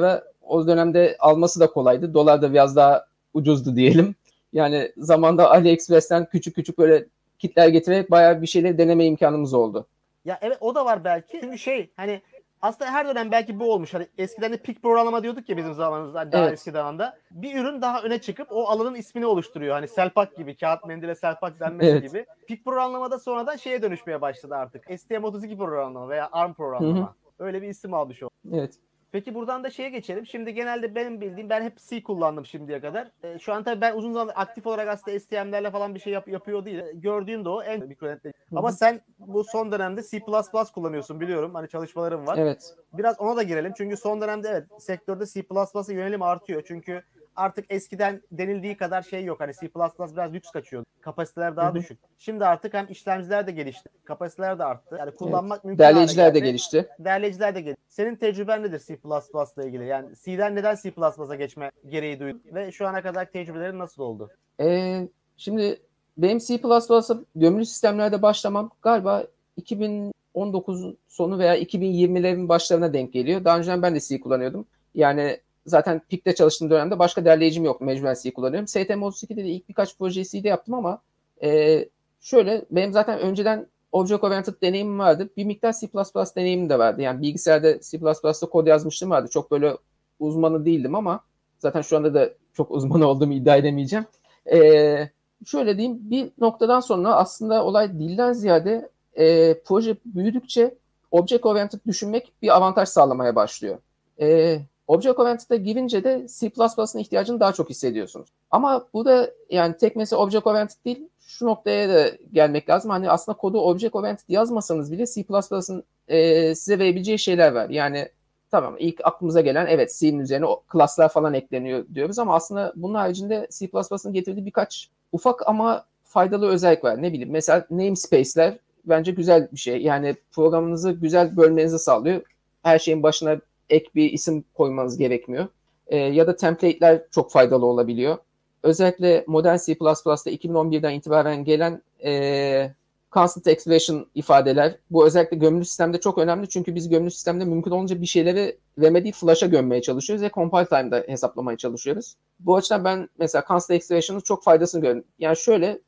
o dönemde alması da kolaydı. Dolar da biraz daha ucuzdu diyelim. Yani zamanda AliExpress'ten küçük küçük böyle kitler getirerek bayağı bir şeyleri deneme imkanımız oldu. Ya evet, o da var belki. Çünkü şey hani aslında her dönem belki bu olmuş. Hani eskiden de peak programlama diyorduk ya bizim zamanımızda, hani daha Evet. eski zamanda. Bir ürün daha öne çıkıp o alanın ismini oluşturuyor. Hani Selpak gibi, kağıt mendile Selpak denmesi Evet. gibi. Peak programlamada sonradan şeye dönüşmeye başladı artık. S T M otuz iki programlama veya ARM programlama. Hı hı. Öyle bir isim almış o. Evet. Peki buradan da şeye geçelim. Şimdi genelde benim bildiğim, ben hep C kullandım şimdiye kadar. E, şu an tabii ben uzun zamandır aktif olarak aslında S T M'lerle falan bir şey yap, yapıyor değil. Gördüğüm de o en mikronetle. Ama sen bu son dönemde C plus plus kullanıyorsun biliyorum. Hani çalışmalarım var. Evet. Biraz ona da girelim. Çünkü son dönemde evet sektörde C plus plus'a yönelim artıyor. Çünkü artık eskiden denildiği kadar şey yok. Hani C plus plus biraz lüks kaçıyor. Kapasiteler daha Hı hı. düşük. Şimdi artık hem işlemciler de gelişti. Kapasiteler de arttı. Yani kullanmak Evet. mümkün hale Derleyiciler de geldi. gelişti. Derleyiciler de gelişti. Senin tecrüben nedir C plus plus ile ilgili? Yani C'den neden C plus plus'a geçme gereği duydun? Ve şu ana kadar tecrübelerin nasıl oldu? Ee, şimdi benim C plus plus'a gömülü sistemlerde başlamam galiba iki bin on dokuz sonu veya iki bin yirmilerin başlarına denk geliyor. Daha önceden ben de C kullanıyordum. Yani zaten P I C'te çalıştığım dönemde başka derleyicim yok. Mecburen C kullanıyorum. S T M otuz ikide de ilk birkaç projeyi C'de yaptım ama e, şöyle benim zaten önceden Object Oriented deneyimim vardı. Bir miktar C plus plus deneyimim de vardı. Yani bilgisayarda C plus plus'ta kod yazmıştım vardı. Çok böyle uzmanı değildim ama zaten şu anda da çok uzman olduğumu iddia edemeyeceğim. Ee, şöyle diyeyim, bir noktadan sonra aslında olay dilden ziyade e, proje büyüdükçe object oriented düşünmek bir avantaj sağlamaya başlıyor. E, object oriented'a girince de C plus plus'ın ihtiyacını daha çok hissediyorsunuz. Ama bu da yani tek mesele object oriented değil, şu noktaya da gelmek lazım. Hani aslında kodu object oriented yazmasanız bile C plus plus'ın e, size verebileceği şeyler var. Yani tamam, ilk aklımıza gelen evet C'nin üzerine o klaslar falan ekleniyor diyoruz ama aslında bunun haricinde C plus plus'ın getirdiği birkaç ufak ama faydalı özellik var. Ne bileyim, mesela namespace'ler bence güzel bir şey. Yani programınızı güzel bölmenizi sağlıyor. Her şeyin başına ek bir isim koymanız gerekmiyor. E, ya da template'ler çok faydalı olabiliyor. Özellikle modern C plus plus'ta iki bin on birden itibaren gelen e, constant expression ifadeler, bu özellikle gömülü sistemde çok önemli çünkü biz gömülü sistemde mümkün olunca bir şeyleri R A M'e değil flash'a gömmeye çalışıyoruz ve compile time'da hesaplamaya çalışıyoruz. Bu açıdan ben mesela constant expression'ın çok faydasını görüyorum. Yani şöyle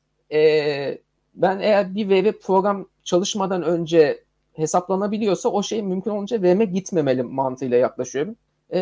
e, ben eğer bir veri program çalışmadan önce hesaplanabiliyorsa o şey mümkün olunca R A M'e gitmemeli mantığıyla yaklaşıyorum.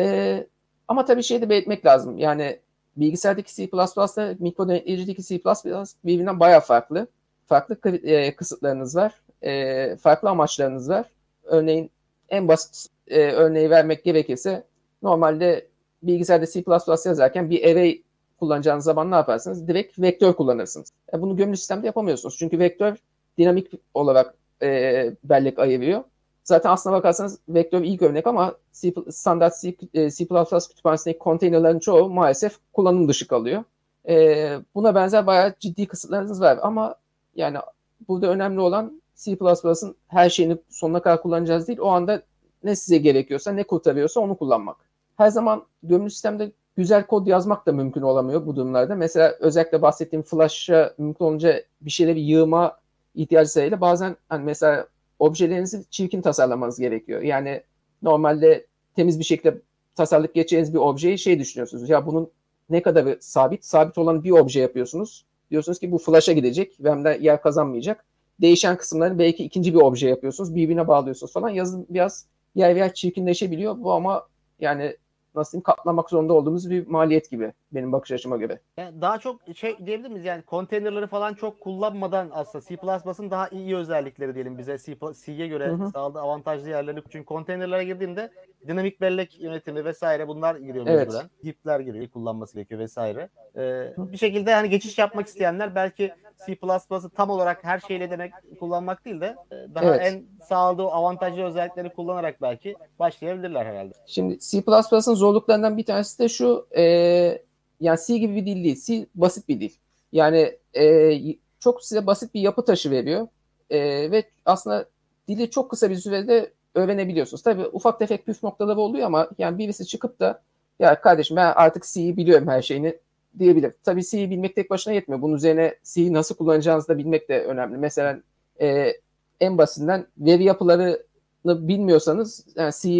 E, ama tabii şeyi de belirtmek lazım. Yani bilgisayardaki C plus plus'la mikrodenetleyicildeki C plus plus birbirinden bayağı farklı. Farklı e, kısıtlarınız var. E, farklı amaçlarınız var. Örneğin en basit e, örneği vermek gerekirse normalde bilgisayarda C plus plus yazarken bir array kullanacağınız zaman ne yaparsınız? Direkt vektör kullanırsınız. E, bunu gömülü sistemde yapamıyorsunuz. Çünkü vektör dinamik olarak e, bellek ayırıyor. Zaten aslına bakarsanız vektör ilk örnek ama C, standart C, C plus plus kütüphanesindeki konteynerlerin çoğu maalesef kullanım dışı kalıyor. E, buna benzer bayağı ciddi kısıtlarınız var ama yani burada önemli olan C plus plus'ın her şeyini sonuna kadar kullanacağız değil. O anda ne size gerekiyorsa, ne kurtarıyorsa onu kullanmak. Her zaman gömülü sistemde güzel kod yazmak da mümkün olamıyor bu durumlarda. Mesela özellikle bahsettiğim Flash'a mümkün olunca bir şeyleri yığma ihtiyacı sayıyla bazen hani mesela objelerinizi çirkin tasarlamanız gerekiyor. Yani normalde temiz bir şekilde tasarlayıp geçeceğiniz bir objeyi şey düşünüyorsunuz. Ya bunun ne kadar sabit? Sabit olan bir obje yapıyorsunuz. Diyorsunuz ki bu flash'a gidecek ve hem de yer kazanmayacak. Değişen kısımları belki ikinci bir obje yapıyorsunuz. Birbirine bağlıyorsunuz falan. Yazılım biraz yer yer çirkinleşebiliyor. Bu ama yani nasıl diyeyim, katlamak zorunda olduğumuz bir maliyet gibi benim bakış açıma göre. Yani daha çok şey diyebilir miyiz, yani konteynerları falan çok kullanmadan aslında C plus plus'ın daha iyi özellikleri diyelim bize C, C'ye göre Hı hı. sağladığı avantajlı yerlerini. Çünkü konteynerlere girdiğinde dinamik bellek yönetimi vesaire bunlar giriyor Evet. mecburen. Heap'ler giriyor, kullanması gerekiyor vesaire. Ee, bir şekilde hani geçiş yapmak isteyenler belki C plus plus'ı tam olarak her şeyle demek kullanmak değil de daha Evet. en sağladığı avantajlı özellikleri kullanarak belki başlayabilirler herhalde. Şimdi C plus plus'ın zorluklarından bir tanesi de şu, e, yani C gibi bir dil değil. C basit bir dil. Yani e, çok size basit bir yapı taşı veriyor. E, ve aslında dili çok kısa bir sürede öğrenebiliyorsunuz. Tabii ufak tefek püf noktaları oluyor ama yani birisi çıkıp da ya kardeşim ben artık C'yi biliyorum her şeyini diyebilir. Tabii C'yi bilmek tek başına yetmiyor. Bunun üzerine C'yi nasıl kullanacağınızı da bilmek de önemli. Mesela e, en basitinden veri yapılarını bilmiyorsanız yani C'yi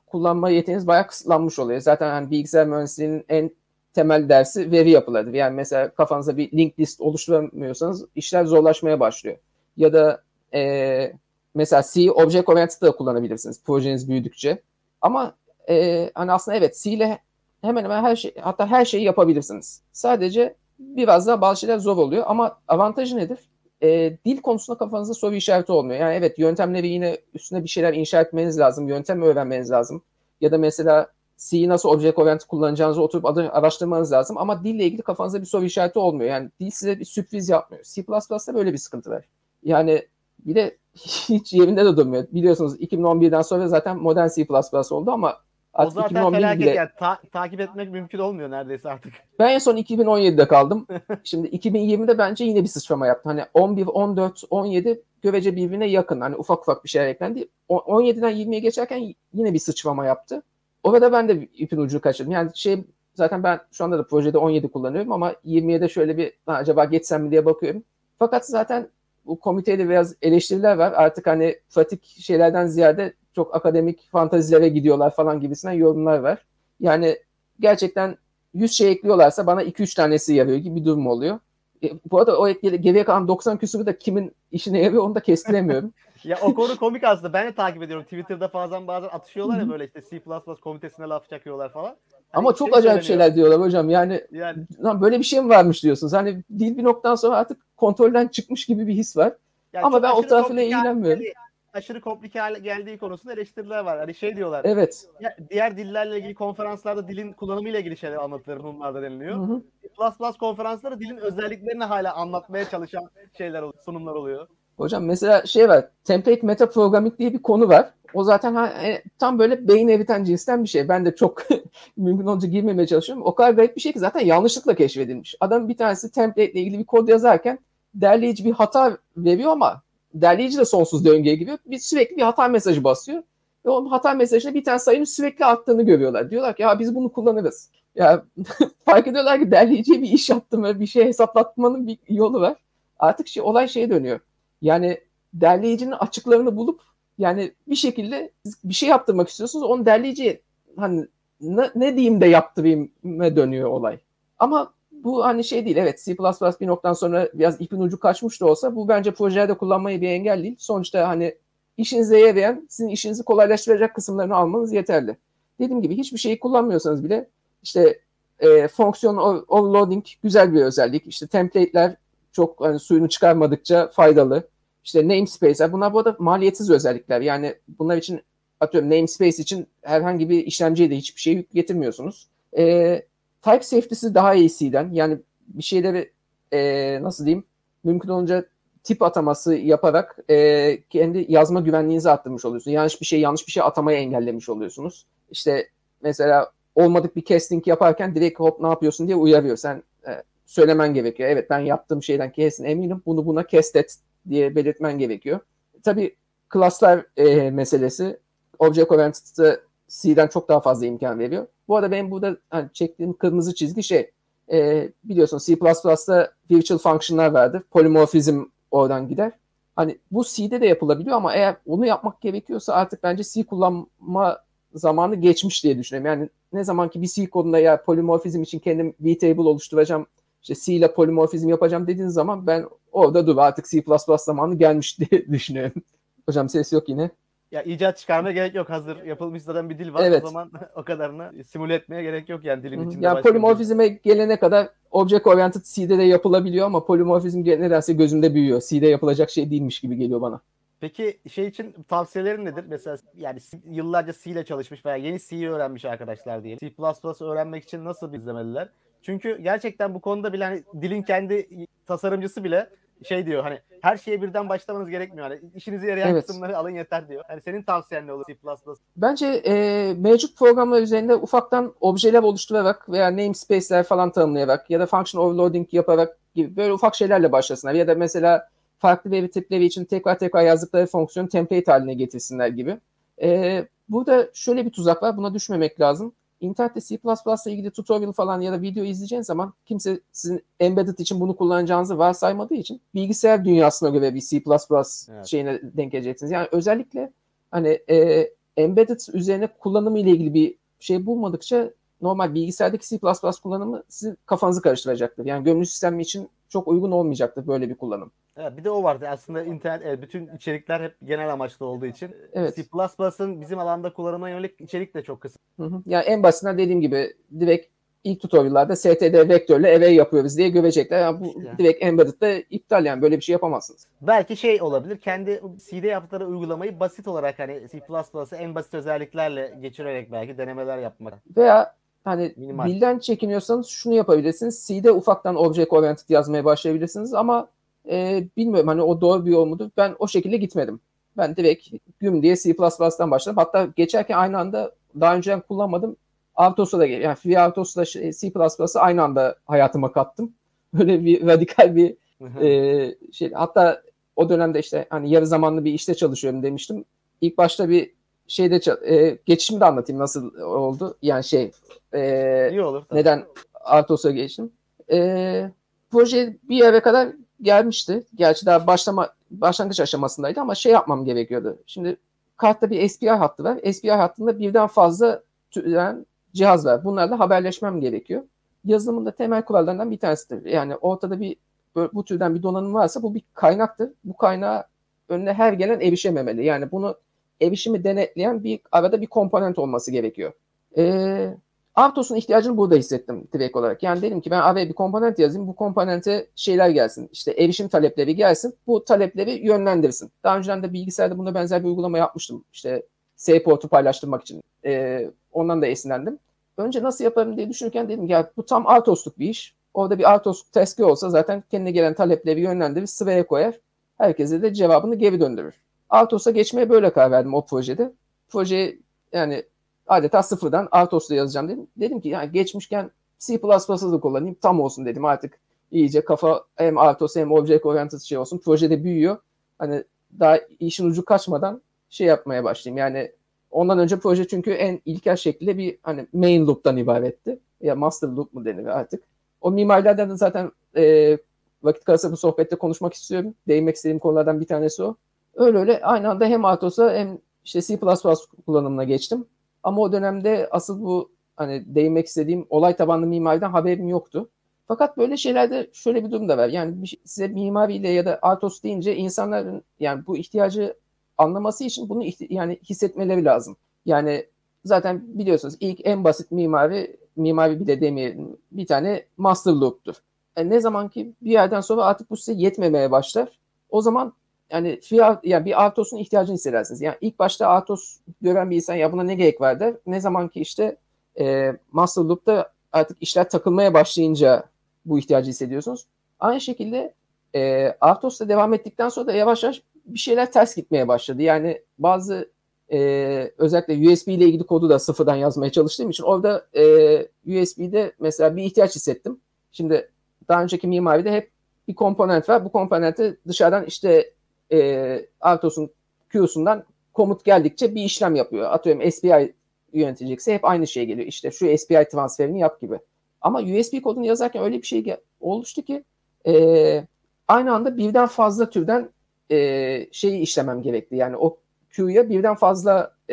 kullanma yeteneğiniz bayağı kısıtlanmış oluyor. Zaten hani bilgisayar mühendisliğinin en temel dersi veri yapılarıdır. Yani mesela kafanıza bir linked list oluşturamıyorsanız işler zorlaşmaya başlıyor. Ya da e, mesela C, Object Oriented da kullanabilirsiniz projeniz büyüdükçe. Ama e, hani aslında evet C ile hemen hemen her şey, hatta her şeyi yapabilirsiniz. Sadece biraz daha bazı şeyler zor oluyor ama avantajı nedir? E, dil konusunda kafanızda soru işareti olmuyor. Yani evet yöntemleri yine üstüne bir şeyler inşa etmeniz lazım, yöntem öğrenmeniz lazım. Ya da mesela C'yi nasıl object oriented kullanacağınızı oturup araştırmanız lazım ama dille ilgili kafanızda bir soru işareti olmuyor. Yani dil size bir sürpriz yapmıyor. C plus plus'ta böyle bir sıkıntı var. Yani bir de hiç yerinde de durmuyor. Biliyorsunuz iki bin on birden sonra zaten modern C plus plus oldu ama o zaten felaket bile... yani ta- takip etmek mümkün olmuyor neredeyse artık. Ben en son iki bin on yedide kaldım. Şimdi iki bin yirmide bence yine bir sıçrama yaptı. Hani on bir, on dört, on yedi görece birbirine yakın. Hani ufak ufak bir şeyler eklendi. on yediden yirmiye geçerken yine bir sıçrama yaptı. Orada ben de ipin ucunu kaçırdım. Yani şey zaten ben şu anda da projede on yedi kullanıyorum ama yirmiye de şöyle bir acaba geçsem mi diye bakıyorum. Fakat zaten bu komitede biraz eleştiriler var. Artık hani pratik şeylerden ziyade çok akademik fantazilere gidiyorlar falan gibisinden yorumlar var. Yani gerçekten yüz şey ekliyorlarsa bana iki üç tanesi yarıyor gibi bir durum oluyor. E, bu arada o geriye kalan doksan küsürü de kimin işine yarıyor onu da kestiremiyorum. Ya o konu komik aslında. Ben de takip ediyorum. Twitter'da falan bazen atışıyorlar ya böyle işte C plus plus komitesine laf çakıyorlar falan. Hani ama çok acayip şeyler diyorlar hocam. Yani, yani lan böyle bir şey mi varmış diyorsunuz. Hani dil bir noktadan sonra artık kontrolden çıkmış gibi bir his var. Yani ama ben o tarafıyla ilgilenmiyorum. Geldiği, aşırı komplike hale geldiği konusunda eleştiriler var. Hani şey diyorlar. Evet. Ya, diğer dillerle ilgili konferanslarda dilin kullanımıyla ilgili şeyler anlatılır. Bunlarda deniliyor. Hı hı. Plus plus konferanslarda dilin özelliklerini hala anlatmaya çalışan şeyler oluyor, sunumlar oluyor. Hocam mesela şey var. Template meta programming diye bir konu var. O zaten ha, e, tam böyle beyin eriten cinsten bir şey. Ben de çok mümkün olunca girmemeye çalışıyorum. O kadar garip bir şey ki zaten yanlışlıkla keşfedilmiş. Adam bir tanesi template ile ilgili bir kod yazarken derleyici bir hata veriyor ama derleyici de sonsuz döngüye giriyor. Bir sürekli bir hata mesajı basıyor. Ve o hata mesajına bir tane sayının sürekli arttığını görüyorlar. Diyorlar ki ya biz bunu kullanırız. Ya fark ediyorlar ki derleyiciye bir iş yaptım ve bir şey hesaplatmanın bir yolu var. Artık şey, olay şeye dönüyor. Yani derleyicinin açıklarını bulup yani bir şekilde bir şey yaptırmak istiyorsunuz. Onu derleyiciye hani ne, ne diyeyim de yaptırayım'a dönüyor olay. Ama bu hani şey değil. Evet C plus plus bir noktadan sonra biraz ipin ucu kaçmış da olsa bu bence projelerde kullanmayı bir engel değil. Sonuçta hani işinize yarayan, sizin işinizi kolaylaştıracak kısımlarını almanız yeterli. Dediğim gibi hiçbir şeyi kullanmıyorsanız bile işte e, fonksiyon overloading güzel bir özellik. İşte template'ler çok hani suyunu çıkarmadıkça faydalı. İşte namespace'ler bunlar bu arada maliyetsiz özellikler. Yani bunlar için atıyorum namespace için herhangi bir işlemciye de hiçbir şey yük getirmiyorsunuz. E, type safety'si daha iyi C'den. Yani bir şeyleri e, nasıl diyeyim mümkün olunca tip ataması yaparak e, kendi yazma güvenliğinizi arttırmış oluyorsunuz. Yanlış bir şey yanlış bir şey atamayı engellemiş oluyorsunuz. İşte mesela olmadık bir casting yaparken direkt hop ne yapıyorsun diye uyarıyor. Sen e, söylemen gerekiyor. Evet ben yaptığım şeyden kesin eminim. Bunu buna cast et diye belirtmen gerekiyor. Tabii class'lar e, meselesi Object Oriented'da C'den çok daha fazla imkan veriyor. Bu arada benim burada hani, çektiğim kırmızı çizgi şey e, biliyorsun C plus plus'ta virtual function'lar vardır. Polymorphism oradan gider. Hani bu C'de de yapılabiliyor ama eğer onu yapmak gerekiyorsa artık bence C kullanma zamanı geçmiş diye düşünüyorum. Yani ne zaman ki bir C kodunda ya polymorphism için kendim vtable oluşturacağım, işte C ile polymorphism yapacağım dediğiniz zaman ben orada dur artık C plus plus zamanı gelmiş diye düşünüyorum. Hocam ses yok yine. Ya icat çıkarmaya gerek yok. Hazır yapılmış zaten bir dil var. Evet. O zaman o kadarını simüle etmeye gerek yok yani dilin içinde. Yani polymorphism'e gelene kadar object oriented C'de de yapılabiliyor ama polymorphism nedense gözümde büyüyor. C'de yapılacak şey değilmiş gibi geliyor bana. Peki şey için tavsiyelerin nedir? Mesela yani yıllarca C ile çalışmış veya yeni C'yi öğrenmiş arkadaşlar diyelim. C plus plus öğrenmek için nasıl izlemeliler? Çünkü gerçekten bu konuda bile hani dilin kendi tasarımcısı bile şey diyor hani her şeye birden başlamanız gerekmiyor. Hani işinize yarayan evet. kısımları alın yeter diyor. Hani senin tavsiyen ne olur C plus plus? Bence e, mevcut programlar üzerinde ufaktan objeler oluşturarak veya namespace'ler falan tanımlayarak ya da function overloading yaparak gibi böyle ufak şeylerle başlasınlar. Ya da mesela farklı veri tipleri için tekrar tekrar yazdıkları fonksiyonu template haline getirsinler gibi. E, burada şöyle bir tuzak var. Buna düşmemek lazım. İnternette C plus plus ile ilgili tutorial falan ya da video izleyeceğiniz zaman kimse sizin embedded için bunu kullanacağınızı varsaymadığı için bilgisayar dünyasına göre bir C plus plus evet. şeyine denk geleceksiniz. Yani özellikle hani e, embedded üzerine kullanımı ile ilgili bir şey bulmadıkça normal bilgisayardaki C plus plus kullanımı sizin kafanızı karıştıracaktır. Yani gömülü sistemi için çok uygun olmayacaktır böyle bir kullanım. Evet, bir de o vardı. Aslında internet, evet, bütün içerikler hep genel amaçlı olduğu için Evet. C plus plus'ın bizim alanda kullanımına yönelik içerik de çok kısa. Hı hı. Yani en basitinden dediğim gibi direkt ilk tutorial'larda S T D vektörle array yapıyoruz diye görecekler. Yani bu İşte. direkt embedded'de iptal, yani böyle bir şey yapamazsınız. Belki şey olabilir. Kendi C'de yaptıkları uygulamayı basit olarak hani C plus plus'ı en basit özelliklerle geçirerek belki denemeler yapmak. Veya hani minimal. Dilden çekiniyorsanız şunu yapabilirsiniz. C'de ufaktan object oriented yazmaya başlayabilirsiniz ama e, bilmiyorum hani o doğru bir yol mudur? Ben o şekilde gitmedim. Ben direkt güm diye C plus plus'tan başladım. Hatta geçerken aynı anda daha önceden kullanmadım. Autos'a da gel. Yani FreeRTOS'la C plus plus'ı aynı anda hayatıma kattım. Böyle bir radikal bir e, şey. Hatta o dönemde işte hani yarı zamanlı bir işte çalışıyorum demiştim. İlk başta bir şeyde e, geçişimi de anlatayım nasıl oldu. Yani şey e, İyi olur. Tabii. Neden Artos'a geçtim. E, proje bir yere kadar gelmişti. Gerçi daha başlama başlangıç aşamasındaydı ama şey yapmam gerekiyordu. Şimdi kartta bir S P I hattı var. S P I hattında birden fazla türden cihaz var. Bunlarla haberleşmem gerekiyor. Yazılımın da temel kurallarından bir tanesidir. Yani ortada bir bu türden bir donanım varsa bu bir kaynaktır. Bu kaynağa önüne her gelen erişememeli. Yani bunu erişimi denetleyen bir arada bir komponent olması gerekiyor. Ee, Artos'un ihtiyacını burada hissettim direkt olarak. Yani dedim ki ben araya bir komponent yazayım. Bu komponente şeyler gelsin. İşte erişim talepleri gelsin. Bu talepleri yönlendirsin. Daha önceden de bilgisayarda buna benzer bir uygulama yapmıştım. İşte S portu paylaştırmak için. Ee, ondan da esinlendim. Önce nasıl yaparım diye düşünürken dedim ki ya bu tam Artos'luk bir iş. Orada bir Artos task'i olsa zaten kendine gelen talepleri yönlendirir, sıraya koyar. Herkese de cevabını geri döndürür. Artos'a geçmeye böyle karar verdim o projede. Projeyi yani adeta sıfırdan Artos'la yazacağım dedim. Dedim ki yani geçmişken C plus plus'ı da kullanayım. Tam olsun dedim artık. İyice kafa hem Artos hem Object Oriented şey olsun. Projede büyüyor. Hani daha işin ucu kaçmadan şey yapmaya başlayayım. Yani ondan önce proje çünkü en ilkel şekilde bir hani main loop'tan ibaretti. Ya master loop mu denir artık. O mimarilerden de zaten e, vakit kalırsa bu sohbette konuşmak istiyorum. Değinmek istediğim konulardan bir tanesi o. Öyle öyle aynı anda hem Artos'a hem işte C plus plus kullanımına geçtim. Ama o dönemde asıl bu hani değinmek istediğim olay tabanlı mimariden haberim yoktu. Fakat böyle şeylerde şöyle bir durum da var. Yani bir, size mimariyle ya da Artos deyince insanların yani bu ihtiyacı anlaması için bunu ihti- yani hissetmeleri lazım. Yani zaten biliyorsunuz ilk en basit mimari mimari bile demeyelim bir tane master loop'tur. Yani ne zaman ki bir yerden sonra artık bu size yetmemeye başlar. O zaman yani, yani bir Artos'un ihtiyacını hissedersiniz. Yani ilk başta Artos gören bir insan ya buna ne gerek var der. Ne zaman ki işte e, master loop'ta artık işler takılmaya başlayınca bu ihtiyacı hissediyorsunuz. Aynı şekilde e, Artos'ta devam ettikten sonra da yavaş yavaş bir şeyler ters gitmeye başladı. Yani bazı e, özellikle U S B ile ilgili kodu da sıfırdan yazmaya çalıştığım için orada e, U S B'de mesela bir ihtiyaç hissettim. Şimdi daha önceki mimaride hep bir komponent var. Bu komponente dışarıdan işte e, Artos'un Q'sundan komut geldikçe bir işlem yapıyor. Atıyorum S P I yönetecekse hep aynı şey geliyor. İşte şu S P I transferini yap gibi. Ama U S B kodunu yazarken öyle bir şey oluştu ki e, aynı anda birden fazla türden e, şeyi işlemem gerekti. Yani o Q'ya birden fazla e,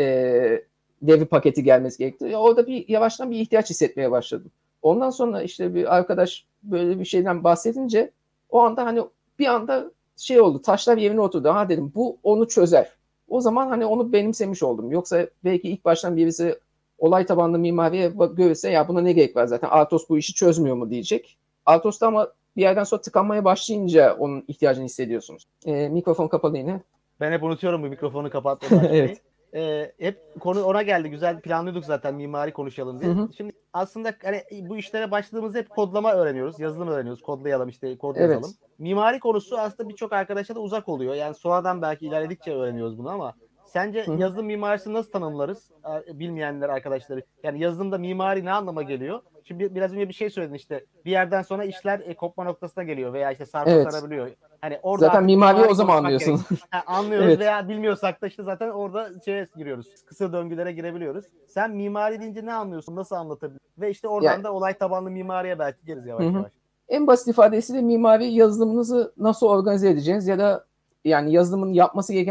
veri paketi gelmesi gerekti. Orada bir yavaştan bir ihtiyaç hissetmeye başladım. Ondan sonra işte bir arkadaş böyle bir şeyden bahsedince o anda hani bir anda şey oldu, taşlar yerine oturdu. Ha dedim bu onu çözer. O zaman hani onu benimsemiş oldum. Yoksa belki ilk baştan birisi olay tabanlı mimariye görürse ya buna ne gerek var zaten Artos bu işi çözmüyor mu diyecek. Artos'ta ama bir yerden sonra tıkanmaya başlayınca onun ihtiyacını hissediyorsunuz. E, mikrofon kapalı yine. Ben hep unutuyorum bu mikrofonu kapatmayı. Evet. Ee, hep konu ona geldi. Güzel planlıyorduk zaten mimari konuşalım diye. Hı hı. Şimdi aslında hani bu işlere başladığımızda hep kodlama öğreniyoruz. Yazılım öğreniyoruz. Kodlayalım işte kod Evet. yazalım. Mimari konusu aslında birçok arkadaşa da uzak oluyor. Yani sonradan belki ilerledikçe öğreniyoruz bunu ama sence Hı-hı. yazılım mimarisini nasıl tanımlarız? Bilmeyenler arkadaşları. Yani yazılımda mimari ne anlama geliyor? Şimdi biraz önce bir şey söyledin işte. Bir yerden sonra işler e, kopma noktasına geliyor veya işte sarpa evet. sarabiliyor. Hani orada zaten mimariyi o zaman anlıyorsun. Ha, anlıyoruz evet. Veya bilmiyorsak da işte zaten orada şeye giriyoruz. Kısır döngülere girebiliyoruz. Sen mimari deyince ne anlıyorsun? Nasıl anlatabilirsin? Ve işte oradan yani, da olay tabanlı mimariye belki gireriz yavaş Hı-hı. yavaş. En basit ifadesiyle mimari yazılımınızı nasıl organize edeceğiniz ya da yani yazılımın yapması gereken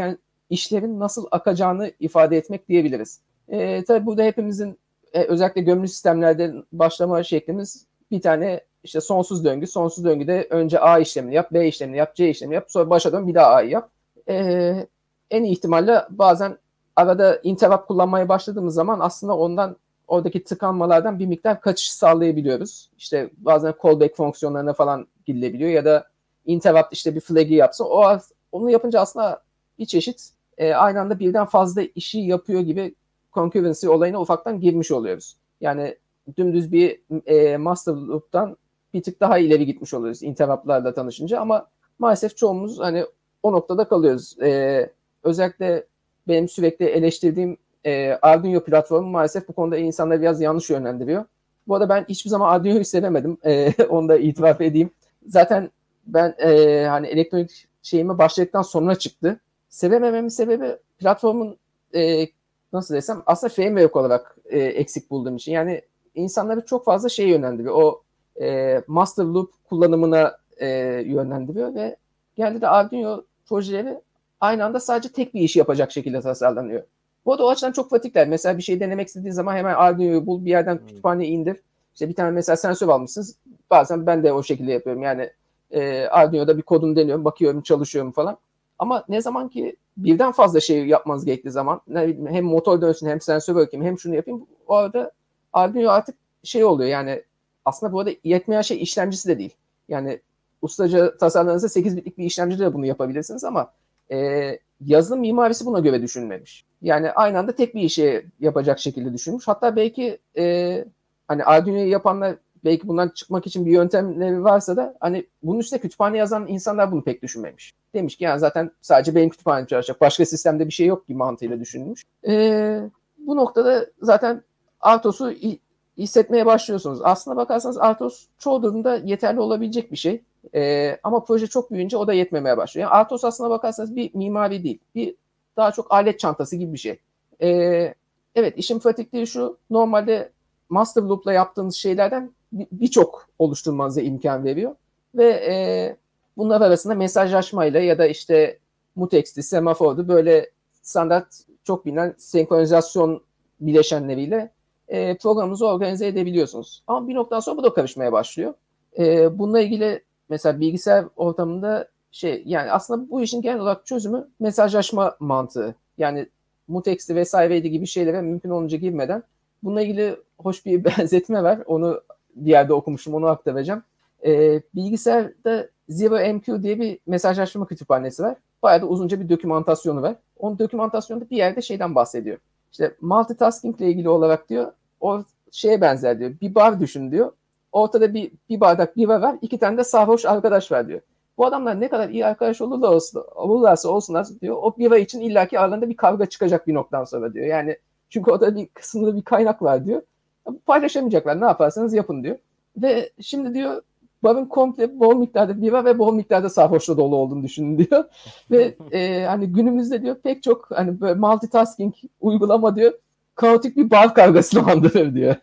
işlerin nasıl akacağını ifade etmek diyebiliriz. E, tabii burada hepimizin e, özellikle gömülü sistemlerde başlama şeklimiz bir tane işte sonsuz döngü. Sonsuz döngüde önce A işlemini yap, B işlemini yap, C işlemini yap, sonra başa dön bir daha A'yı yap. E, en iyi ihtimalle bazen arada interrupt kullanmaya başladığımız zaman aslında ondan oradaki tıkanmalardan bir miktar kaçış sağlayabiliyoruz. İşte bazen callback fonksiyonlarına falan gidilebiliyor ya da interrupt işte bir flag'i yapsa o onu yapınca aslında bir çeşit e, aynı anda birden fazla işi yapıyor gibi concurrency olayına ufaktan girmiş oluyoruz. Yani dümdüz bir e, master loop'tan bir tık daha ileri gitmiş oluyoruz interrupt'larla tanışınca ama maalesef çoğumuz hani o noktada kalıyoruz. E, özellikle benim sürekli eleştirdiğim e, Arduino platformu maalesef bu konuda insanları biraz yanlış yönlendiriyor. Bu arada ben hiçbir zaman Arduino'yu sevemedim. E, onu da itiraf edeyim. Zaten ben e, hani elektronik şeyime başladıktan sonra çıktı. Sevemememin sebebi platformun e, nasıl desem aslında framework olarak e, eksik bulduğum için. Yani insanları çok fazla şey yönlendiriyor. O e, master loop kullanımına e, yönlendiriyor ve geldi de Arduino projeleri aynı anda sadece tek bir işi yapacak şekilde tasarlanıyor. Bu arada o açıdan çok pratikler. Mesela bir şey denemek istediğin zaman hemen Arduino'yu bul, bir yerden kütüphaneye indir. İşte bir tane mesela sensör almışsınız. Bazen ben de o şekilde yapıyorum. Yani e, Arduino'da bir kodunu deniyorum, bakıyorum, çalışıyorum falan. Ama ne zaman ki birden fazla şey yapmanız gerektiği zaman hem motor dönsün hem sensör bakayım hem şunu yapayım. O arada Arduino artık şey oluyor yani aslında bu arada yetmeyen şey işlemcisi de değil. Yani ustaca tasarladığınızda sekiz bitlik bir işlemcide de bunu yapabilirsiniz ama e, yazılım mimarisi buna göre düşünmemiş. Yani aynı anda tek bir işi yapacak şekilde düşünmüş. Hatta belki e, hani Arduino'yu yapanlar belki bundan çıkmak için bir yöntemleri varsa da hani bunun üstüne kütüphane yazan insanlar bunu pek düşünmemiş. Demiş ki yani zaten sadece benim kütüphanem çalışacak. Başka sistemde bir şey yok ki mantığıyla düşünmüş. E, bu noktada zaten Artos'u hissetmeye başlıyorsunuz. Aslına bakarsanız Artos çoğu durumda yeterli olabilecek bir şey. Ee, ama proje çok büyüyünce o da yetmemeye başlıyor. Yani Artos aslına bakarsanız bir mimari değil. Bir daha çok alet çantası gibi bir şey. Ee, evet işin pratikliği şu. Normalde master loop'la yaptığınız şeylerden birçok oluşturmanıza imkan veriyor. Ve e, bunlar arasında mesajlaşmayla ya da işte mutext'i, semafordu böyle standart çok bilinen senkronizasyon bileşenleriyle e, programınızı organize edebiliyorsunuz. Ama bir noktadan sonra bu da karışmaya başlıyor. E, bununla ilgili mesela bilgisayar ortamında şey yani aslında bu işin genel olarak çözümü mesajlaşma mantığı. Yani mutext'i vesaireydi gibi şeylere mümkün olunca girmeden bununla ilgili hoş bir benzetme var. Onu bir yerde okumuşum, onu aktaracağım. E, bilgisayarda Zero M Q diye bir mesajlaşma kütüphanesi var. Bayağı da uzunca bir dokümantasyonu var. Onun dokümantasyonunda bir yerde şeyden bahsediyor. İşte multitasking ile ilgili olarak diyor o şeye benzer diyor. Bir bar düşün diyor. Ortada bir, bir bardak bira var. İki tane de sarhoş arkadaş var diyor. Bu adamlar ne kadar iyi arkadaş olurlarsa, olurlarsa olsunlar diyor. O bira için illaki aralarında bir kavga çıkacak bir noktadan sonra diyor. Yani çünkü orada bir kısımda bir kaynak var diyor. Paylaşamayacaklar. Ne yaparsanız yapın diyor. Ve şimdi diyor barın komple bol miktarda bira ve bol miktarda sarhoşla dolu olduğunu düşünün diyor. Ve e, hani günümüzde diyor pek çok hani böyle multitasking uygulama diyor kaotik bir bar kavgasını andırır diyor.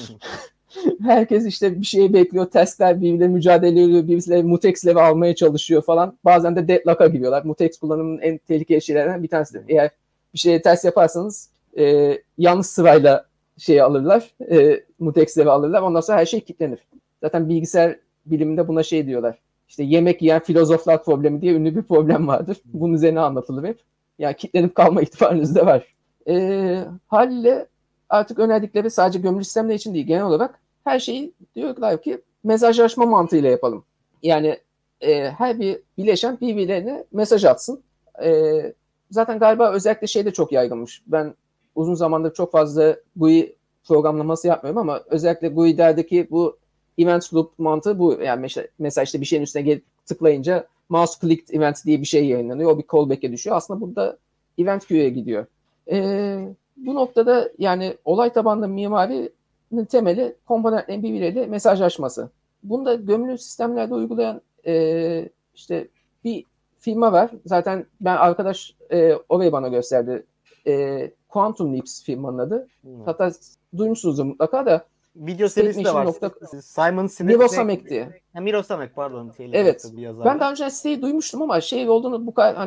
Herkes işte bir şeyi bekliyor. Testler birbiriyle mücadele ediyor. Birbirleri mutex'leri almaya çalışıyor falan. Bazen de deadlock'a giriyorlar. Mutex kullanımının en tehlikeli şeylerden bir tanesidir. Eğer bir şeye ters yaparsanız e, yanlış sırayla şeyi alırlar. E, mutex'leri alırlar. Ondan sonra her şey kilitlenir. Zaten bilgisayar biliminde buna şey diyorlar. İşte yemek yiyen filozoflar problemi diye ünlü bir problem vardır. Bunun üzerine anlatılır hep. Yani kilitlenip kalma ihtimaliniz de var. E, haliyle artık önerdikleri sadece gömülü sistemler için değil genel olarak her şeyi diyorlar ki mesajlaşma mantığıyla yapalım. Yani e, her bir bileşen birbirlerine mesaj atsın. E, zaten galiba özellikle şey de çok yaygınmış. Ben uzun zamandır çok fazla G U I programlaması yapmıyorum ama özellikle G U I'lerdeki bu event loop mantığı bu. Yani mesela, mesela işte bir şeyin üstüne gelip tıklayınca mouse clicked event diye bir şey yayınlanıyor. O bir callback'e düşüyor. Aslında burada event queue'ya gidiyor. E, bu noktada yani olay tabanlı mimari temeli komponentlerin birbirleriyle mesajlaşması. Bunu da gömülü sistemlerde uygulayan e, işte bir firma var. Zaten ben arkadaş e, orayı bana gösterdi. E, Quantum Leaps firmanın adı. Hmm. Hatta duymuşsunuzdur mutlaka da. Video serisi de var. Nokta... Simon Sinek. Mirosamek diye. Ha, Mirosamek pardon. Evet. Ben daha önce siteyi duymuştum ama şey olduğunu bu kadar hani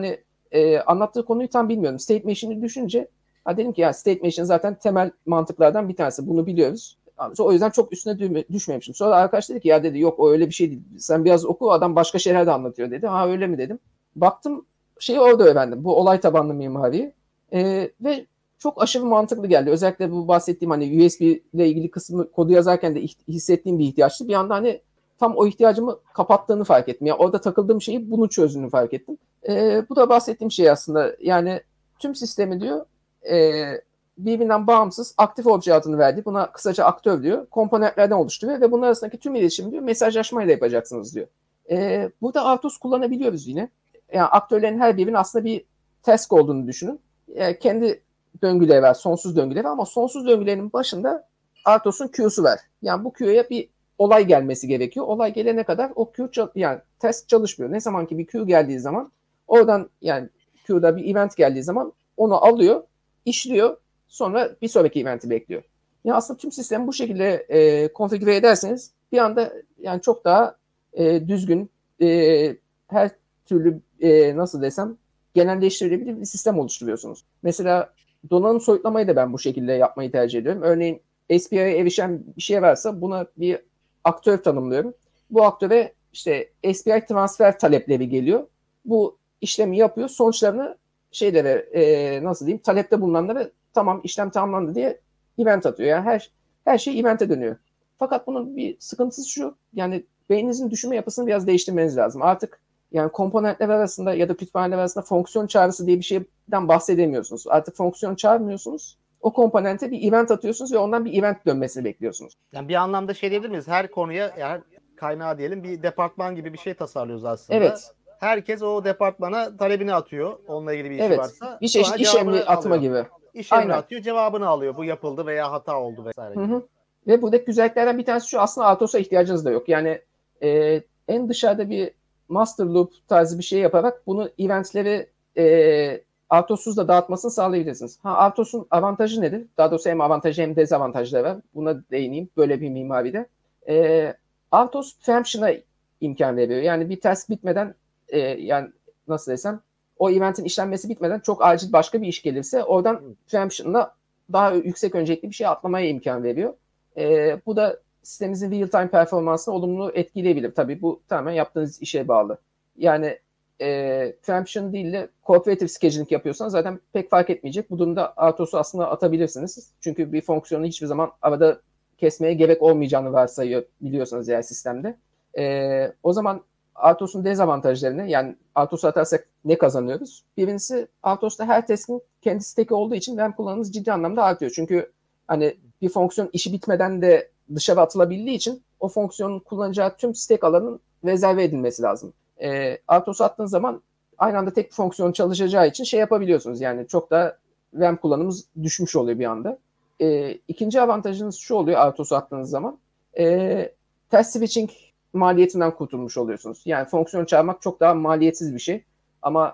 e, anlattığı konuyu tam bilmiyorum. State Machine'i düşünce ha dedim ki ya State Machine zaten temel mantıklardan bir tanesi. Bunu biliyoruz. O yüzden çok üstüne düşmemişim. Sonra arkadaş dedi ki ya dedi yok o öyle bir şey değil. Sen biraz oku adam başka şeyler de anlatıyor dedi. Ha öyle mi dedim. Baktım şeyi orada öğrendim. Bu olay tabanlı mimariyi. Ee, ve çok aşırı mantıklı geldi. Özellikle bu bahsettiğim hani U S B ile ilgili kısmı kodu yazarken de hissettiğim bir ihtiyaçtı. Bir anda hani tam o ihtiyacımı kapattığını fark ettim. Yani orada takıldığım şeyi bunu çözdüğünü fark ettim. Ee, bu da bahsettiğim şey aslında. Yani tüm sistemi diyor e, birbirinden bağımsız aktif obje adını verdi. Buna kısaca aktör diyor. Komponentlerden oluşturuyor ve bunlar arasındaki tüm iletişimi diyor mesajlaşmayla yapacaksınız diyor. Ee, burada RTOS kullanabiliyoruz yine. Yani aktörlerin her birinin aslında bir task olduğunu düşünün. Yani kendi döngüleri var, sonsuz döngüleri ama sonsuz döngülerin başında RTOS'un Q'su var. Yani bu Q'ya bir olay gelmesi gerekiyor. Olay gelene kadar o Q yani task çalışmıyor. Ne zaman ki bir Q geldiği zaman oradan yani Q'da bir event geldiği zaman onu alıyor, işliyor. Sonra bir sonraki eventi bekliyor. Yani aslında tüm sistemi bu şekilde e, konfigüre ederseniz bir anda yani çok daha e, düzgün e, her türlü e, nasıl desem genelleştirilebilir bir sistem oluşturuyorsunuz. Mesela donanım soyutlamayı da ben bu şekilde yapmayı tercih ediyorum. Örneğin S P I'ye erişen bir şey varsa buna bir aktör tanımlıyorum. Bu aktöre işte S P I transfer talepleri geliyor. Bu işlemi yapıyor. Sonuçlarını şeylere e, nasıl diyeyim talepte bulunanlara tamam işlem tamamlandı diye event atıyor. Yani her her şey event'e dönüyor. Fakat bunun bir sıkıntısı şu. Yani beyninizin düşünme yapısını biraz değiştirmeniz lazım. Artık yani komponentler arasında ya da kütüphaneler arasında fonksiyon çağrısı diye bir şeyden bahsedemiyorsunuz. Artık fonksiyon çağırmıyorsunuz. O komponente bir event atıyorsunuz ve ondan bir event dönmesini bekliyorsunuz. Yani bir anlamda şey diyebilir miyiz? Her konuya yani kaynağı diyelim bir departman gibi bir şey tasarlıyoruz aslında. Evet. Herkes o departmana talebini atıyor. Onunla ilgili bir işi evet. varsa. Bir çeşit iş emri atma gibi. İş emri atıyor, cevabını alıyor. Bu yapıldı veya hata oldu vesaire gibi. Hı hı. Ve buradaki güzelliklerden bir tanesi şu aslında RTOS'a ihtiyacınız da yok. Yani e, en dışarıda bir master loop tarzı bir şey yaparak bunu eventleri e, RTOS'suz da dağıtmasını sağlayabilirsiniz. Ha RTOS'un avantajı nedir? Daha doğrusu hem avantajı hem dezavantajları var. Buna değineyim böyle bir mimaride. E, RTOS preemption'a imkan veriyor. Yani bir task bitmeden e, yani nasıl desem o eventin işlenmesi bitmeden çok acil başka bir iş gelirse oradan preemption'la daha yüksek öncelikli bir şey atlamaya imkan veriyor. E, bu da sisteminizin real-time performansını olumlu etkileyebilir. Tabii bu tamamen yaptığınız işe bağlı. Yani e, preemption değil de cooperative scheduling yapıyorsanız zaten pek fark etmeyecek. Bu durumda RTOS'u aslında atabilirsiniz. Çünkü bir fonksiyonu hiçbir zaman arada kesmeye gerek olmayacağını varsayıyor biliyorsanız yani sistemde. E, o zaman RTOS'un dezavantajlarını yani RTOS'u atarsak ne kazanıyoruz? Birincisi RTOS'ta her taskin kendi stack'i olduğu için RAM kullanımınız ciddi anlamda artıyor. Çünkü hani bir fonksiyon işi bitmeden de dışarı atılabildiği için o fonksiyonun kullanacağı tüm stack alanının rezerve edilmesi lazım. E, RTOS'u attığınız zaman aynı anda tek bir fonksiyon çalışacağı için şey yapabiliyorsunuz. Yani çok da RAM kullanımımız düşmüş oluyor bir anda. E, ikinci avantajınız şu oluyor RTOS'u attığınız zaman. E, test switching maliyetinden kurtulmuş oluyorsunuz. Yani fonksiyon çağırmak çok daha maliyetsiz bir şey. Ama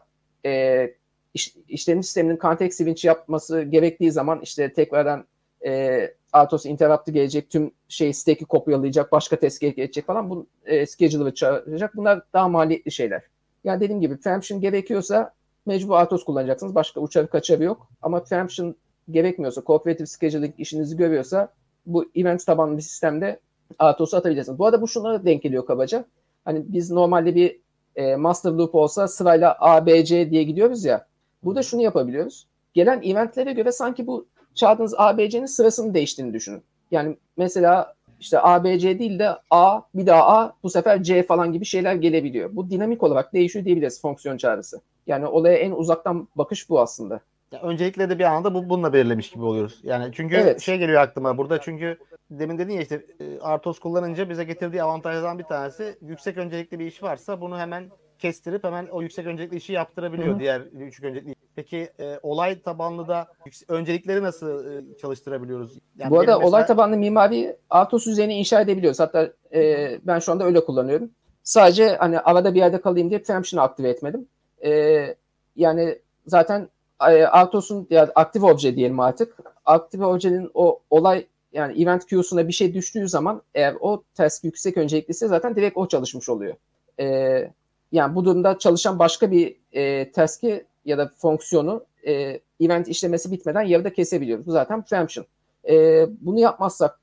e, iş, işlemci sisteminin context switch yapması gerektiği zaman işte tekrardan e, RTOS interrupt'ı gelecek, tüm şey stack'i kopyalayacak, başka test gelecek falan. Bu e, scheduler'ı çağıracak. Bunlar daha maliyetli şeyler. Yani dediğim gibi preemption gerekiyorsa mecbur RTOS kullanacaksınız. Başka uçarı kaçarı yok. Ama preemption gerekmiyorsa, cooperative scheduling işinizi görüyorsa bu event tabanlı bir sistemde RTOS'u atabilirsiniz. Bu arada bu şunlara denk geliyor kabaca. Hani biz normalde bir e, master loop olsa sırayla A, B, C diye gidiyoruz ya. Burada şunu yapabiliyoruz. Gelen eventlere göre sanki bu çağırdığınız A, B, C'nin sırasının değiştiğini düşünün. Yani mesela işte A, B, C değil de A, bir daha A, bu sefer C falan gibi şeyler gelebiliyor. Bu dinamik olarak değişiyor diyebiliriz fonksiyon çağrısı. Yani olaya en uzaktan bakış bu aslında. Ya öncelikle de bir anda bu bununla belirlemiş gibi oluyoruz. Yani çünkü evet. şey geliyor aklıma burada çünkü demin dedin ya işte RTOS kullanınca bize getirdiği avantajlardan bir tanesi yüksek öncelikli bir iş varsa bunu hemen kestirip hemen o yüksek öncelikli işi yaptırabiliyor. Hı-hı. Diğer düşük öncelikli. Peki e, olay tabanlı da öncelikleri nasıl e, çalıştırabiliyoruz? Yani bu arada mesela... olay tabanlı mimari RTOS üzerine inşa edebiliyoruz. Hatta e, ben şu anda öyle kullanıyorum. Sadece hani arada bir yerde kalayım diye preemption'ı aktive etmedim. E, yani zaten RTOS'un yani aktif obje diyelim artık. Aktif objenin o olay yani event queue'suna bir şey düştüğü zaman eğer o task yüksek öncelikliyse zaten direkt o çalışmış oluyor. Ee, yani bu durumda çalışan başka bir e, task'i ya da fonksiyonu e, event işlemesi bitmeden yarıda kesebiliyoruz. Bu zaten preemption. E, bunu yapmazsak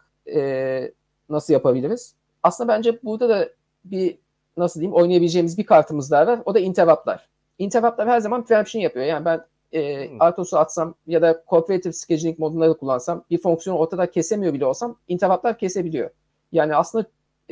e, nasıl yapabiliriz? Aslında bence burada da bir nasıl diyeyim oynayabileceğimiz bir kartımız daha var. O da interrupt'lar. Interrupt'lar her zaman preemption yapıyor. Yani ben e, hmm. Artos'u atsam ya da cooperative scheduling modunda da kullansam bir fonksiyonu ortada kesemiyor bile olsam interrupt'lar kesebiliyor. Yani aslında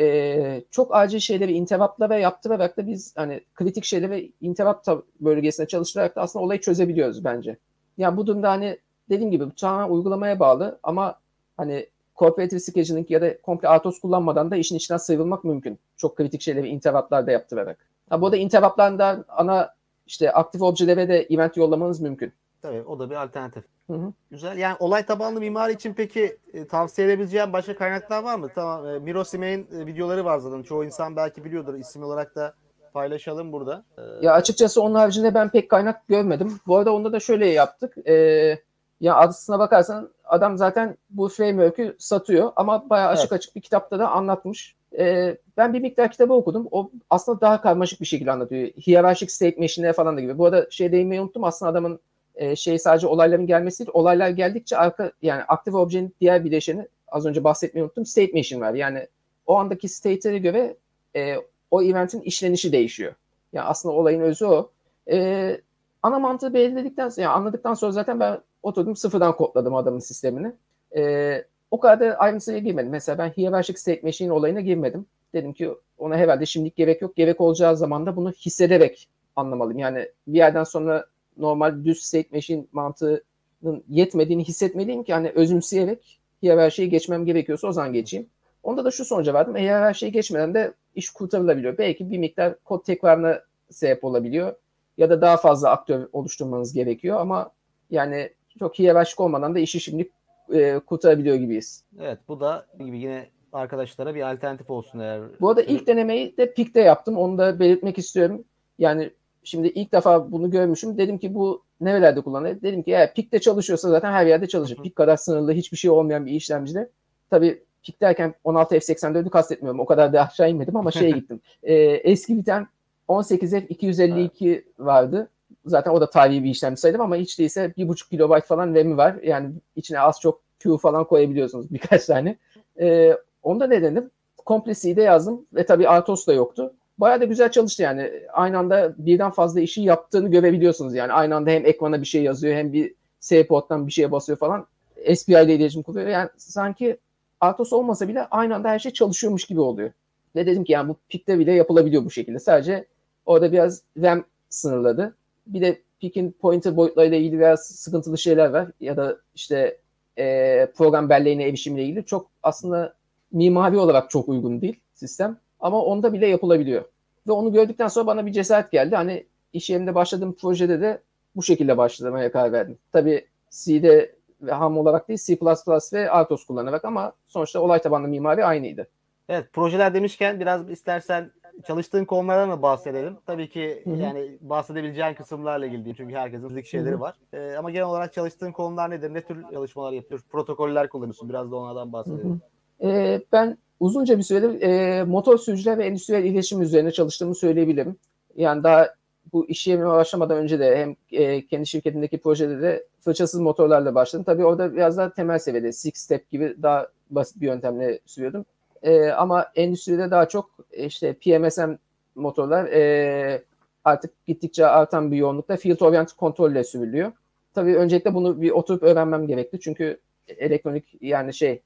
e, çok acil şeyleri interrupt'la ve yaptırarak da biz hani kritik şeyleri interrupt bölgesine çalıştırarak da aslında olayı çözebiliyoruz bence. Yani bu durumda hani dediğim gibi bu tamamen uygulamaya bağlı ama hani cooperative scheduling ya da komple Artos kullanmadan da işin içinden sıyrılmak mümkün. Çok kritik şeyleri interrupt'lar da yaptırarak. Ha, bu da interrupt'lardan ana işte aktif objelere de event yollamanız mümkün. Tabii o da bir alternatif. Hı hı. Güzel. Yani olay tabanlı mimari için peki e, tavsiye edebileceğim başka kaynaklar var mı? Tamam. E, Miro Simek'in e, videoları var zaten. Çoğu insan belki biliyordur. İsim olarak da paylaşalım burada. Ee... Ya açıkçası onun haricinde ben pek kaynak görmedim. Bu arada onda da şöyle yaptık. Ee, ya aslına bakarsan adam zaten bu framework'ü satıyor ama bayağı açık evet. açık bir kitapta da anlatmış. Ee, ben bir miktar kitabı okudum. O aslında daha karmaşık bir şekilde anlatıyor. Hiyerarşik state machine'ler falan da gibi. Bu arada şey değinmeyi unuttum. Aslında adamın e, şey sadece olayların gelmesi değil. Olaylar geldikçe arka yani aktif objenin diğer bileşeni az önce bahsetmeyi unuttum. State machine var. Yani o andaki state'lere göre e, o eventin işlenişi değişiyor. Yani aslında olayın özü o. Ee, ana mantığı belirledikten sonra, yani anladıktan sonra zaten ben oturdum sıfırdan kodladım adamın sistemini. Ee, o kadar da ayrıntıya girmedim. Mesela ben hiyerarşik state machine olayına girmedim. Dedim ki ona herhalde şimdilik gerek yok. Gerek olacağı zaman da bunu hissederek anlamalıyım. Yani bir yerden sonra normal düz state machine mantığının yetmediğini hissetmeliyim ki hani özümseyerek hiyerarşiye geçmem gerekiyorsa o zaman geçeyim. Onda da şu sonuca vardım. Eğer her şeyi geçmeden de iş kurtarılabiliyor. Belki bir miktar kod tekrarına sebep olabiliyor. Ya da daha fazla aktör oluşturmanız gerekiyor. Ama yani çok hiyerarşik olmadan da işi şimdi e, kurtarabiliyor gibiyiz. Evet bu da gibi yine arkadaşlara bir alternatif olsun eğer. Bu arada ilk denemeyi de Peak'te yaptım. Onu da belirtmek istiyorum. Yani şimdi ilk defa bunu görmüşüm. Dedim ki bu nerelerde kullanılır? Dedim ki eğer Peak'te çalışıyorsa zaten her yerde çalışır. Peak kadar sınırlı hiçbir şey olmayan bir işlemcide. Tabii Peak derken on altı F seksen dördü kastetmiyorum. O kadar da aşağı inmedim ama şeye gittim. Ee, eski biten on sekiz F iki yüz elli iki evet. vardı. Zaten o da tarihi bir işlemci sayılır ama hiç değilse bir buçuk kilobayt falan RAM'i var. Yani içine az çok Q falan koyabiliyorsunuz birkaç tane. Ee, onda ne dedim? Komple C'de yazdım ve tabii Artos da yoktu. Bayağı da güzel çalıştı yani. Aynı anda birden fazla işi yaptığını görebiliyorsunuz yani. Aynı anda hem ekrana bir şey yazıyor hem bir C-port'tan bir şeye basıyor falan. S P I ile iletişim kuruyor. Yani sanki Artos olmasa bile aynı anda her şey çalışıyormuş gibi oluyor. Ve dedim ki yani bu Peak'te bile yapılabiliyor bu şekilde. Sadece orada biraz RAM sınırladı. Bir de Peak'in pointer boyutlarıyla ilgili biraz sıkıntılı şeyler var. Ya da işte e, program belleğine erişimle ilgili çok aslında mimari olarak çok uygun değil sistem. Ama onda bile yapılabiliyor. Ve onu gördükten sonra bana bir cesaret geldi. Hani iş yerinde başladığım projede de bu şekilde başlamaya karar verdim. Tabii C'de ve ham olarak değil C plus plus ve Artos kullanarak ama sonuçta olay tabanlı mimari aynıydı. Evet projeler demişken biraz istersen çalıştığın konulardan da bahsedelim. Tabii ki Hı-hı. yani bahsedebileceğin kısımlarla ilgili değil. Çünkü herkesin ilk şeyleri Hı-hı. var. Ee, ama genel olarak çalıştığın konular nedir? Ne tür çalışmalar yapıyorsun? Protokoller kullanıyorsun. Biraz da onlardan bahsedelim. Ee, ben uzunca bir süredir e, motor sürücüler ve endüstriyel iletişim üzerine çalıştığımı söyleyebilirim. Yani daha bu iş yerime başlamadan önce de hem e, kendi şirketimdeki projede de fırçasız motorlarla başladım. Tabii orada biraz daha temel seviyede six step gibi daha basit bir yöntemle sürüyordum. E, ama endüstride daha çok işte P M S M motorlar e, artık gittikçe artan bir yoğunlukta field oriented kontrol ile sürülüyor. Tabii öncelikle bunu bir oturup öğrenmem gerekti. Çünkü elektronik yani şey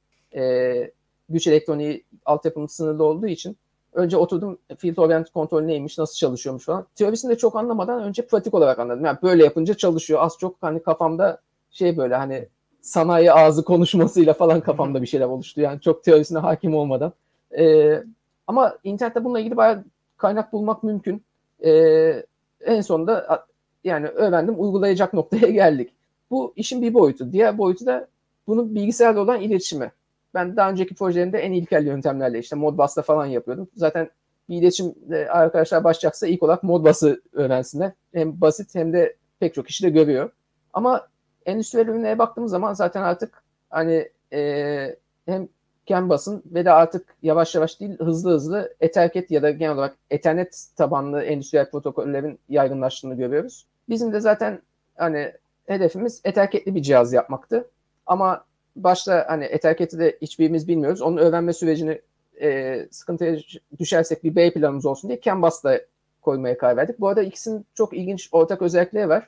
e, güç elektroniği altyapım sınırlı olduğu için önce oturdum field oriented kontrol neymiş, nasıl çalışıyormuş falan. Teorisini de çok anlamadan önce pratik olarak anladım. Yani böyle yapınca çalışıyor. Az çok hani kafamda şey böyle hani sanayi ağzı konuşmasıyla falan kafamda bir şeyler oluştu. Yani çok teorisine hakim olmadan. Ee, ama internette bununla ilgili bayağı kaynak bulmak mümkün. Ee, en sonunda yani öğrendim, uygulayacak noktaya geldik. Bu işin bir boyutu. Diğer boyutu da bunun bilgisayarla olan iletişimi. Ben daha önceki projelerimde en ilkel yöntemlerle işte Modbus'ta falan yapıyordum. Zaten bir iletişimde arkadaşlar başlayacaksa ilk olarak Modbus'ı öğrensinler. Hem basit hem de pek çok kişi de görüyor. Ama endüstriyel ürünlere baktığımız zaman zaten artık hani e, hem CAN basın ve de artık yavaş yavaş değil hızlı hızlı Ethercat ya da genel olarak Ethernet tabanlı endüstriyel protokollerin yaygınlaştığını görüyoruz. Bizim de zaten hani hedefimiz Ethercat'li bir cihaz yapmaktı. Ama başta hani Ethercat'i de hiçbirimiz bilmiyoruz. Onun öğrenme sürecini e, sıkıntıya düşersek bir B planımız olsun diye CAN bus'la koymaya karar verdik. Bu arada ikisinin çok ilginç ortak özellikleri var.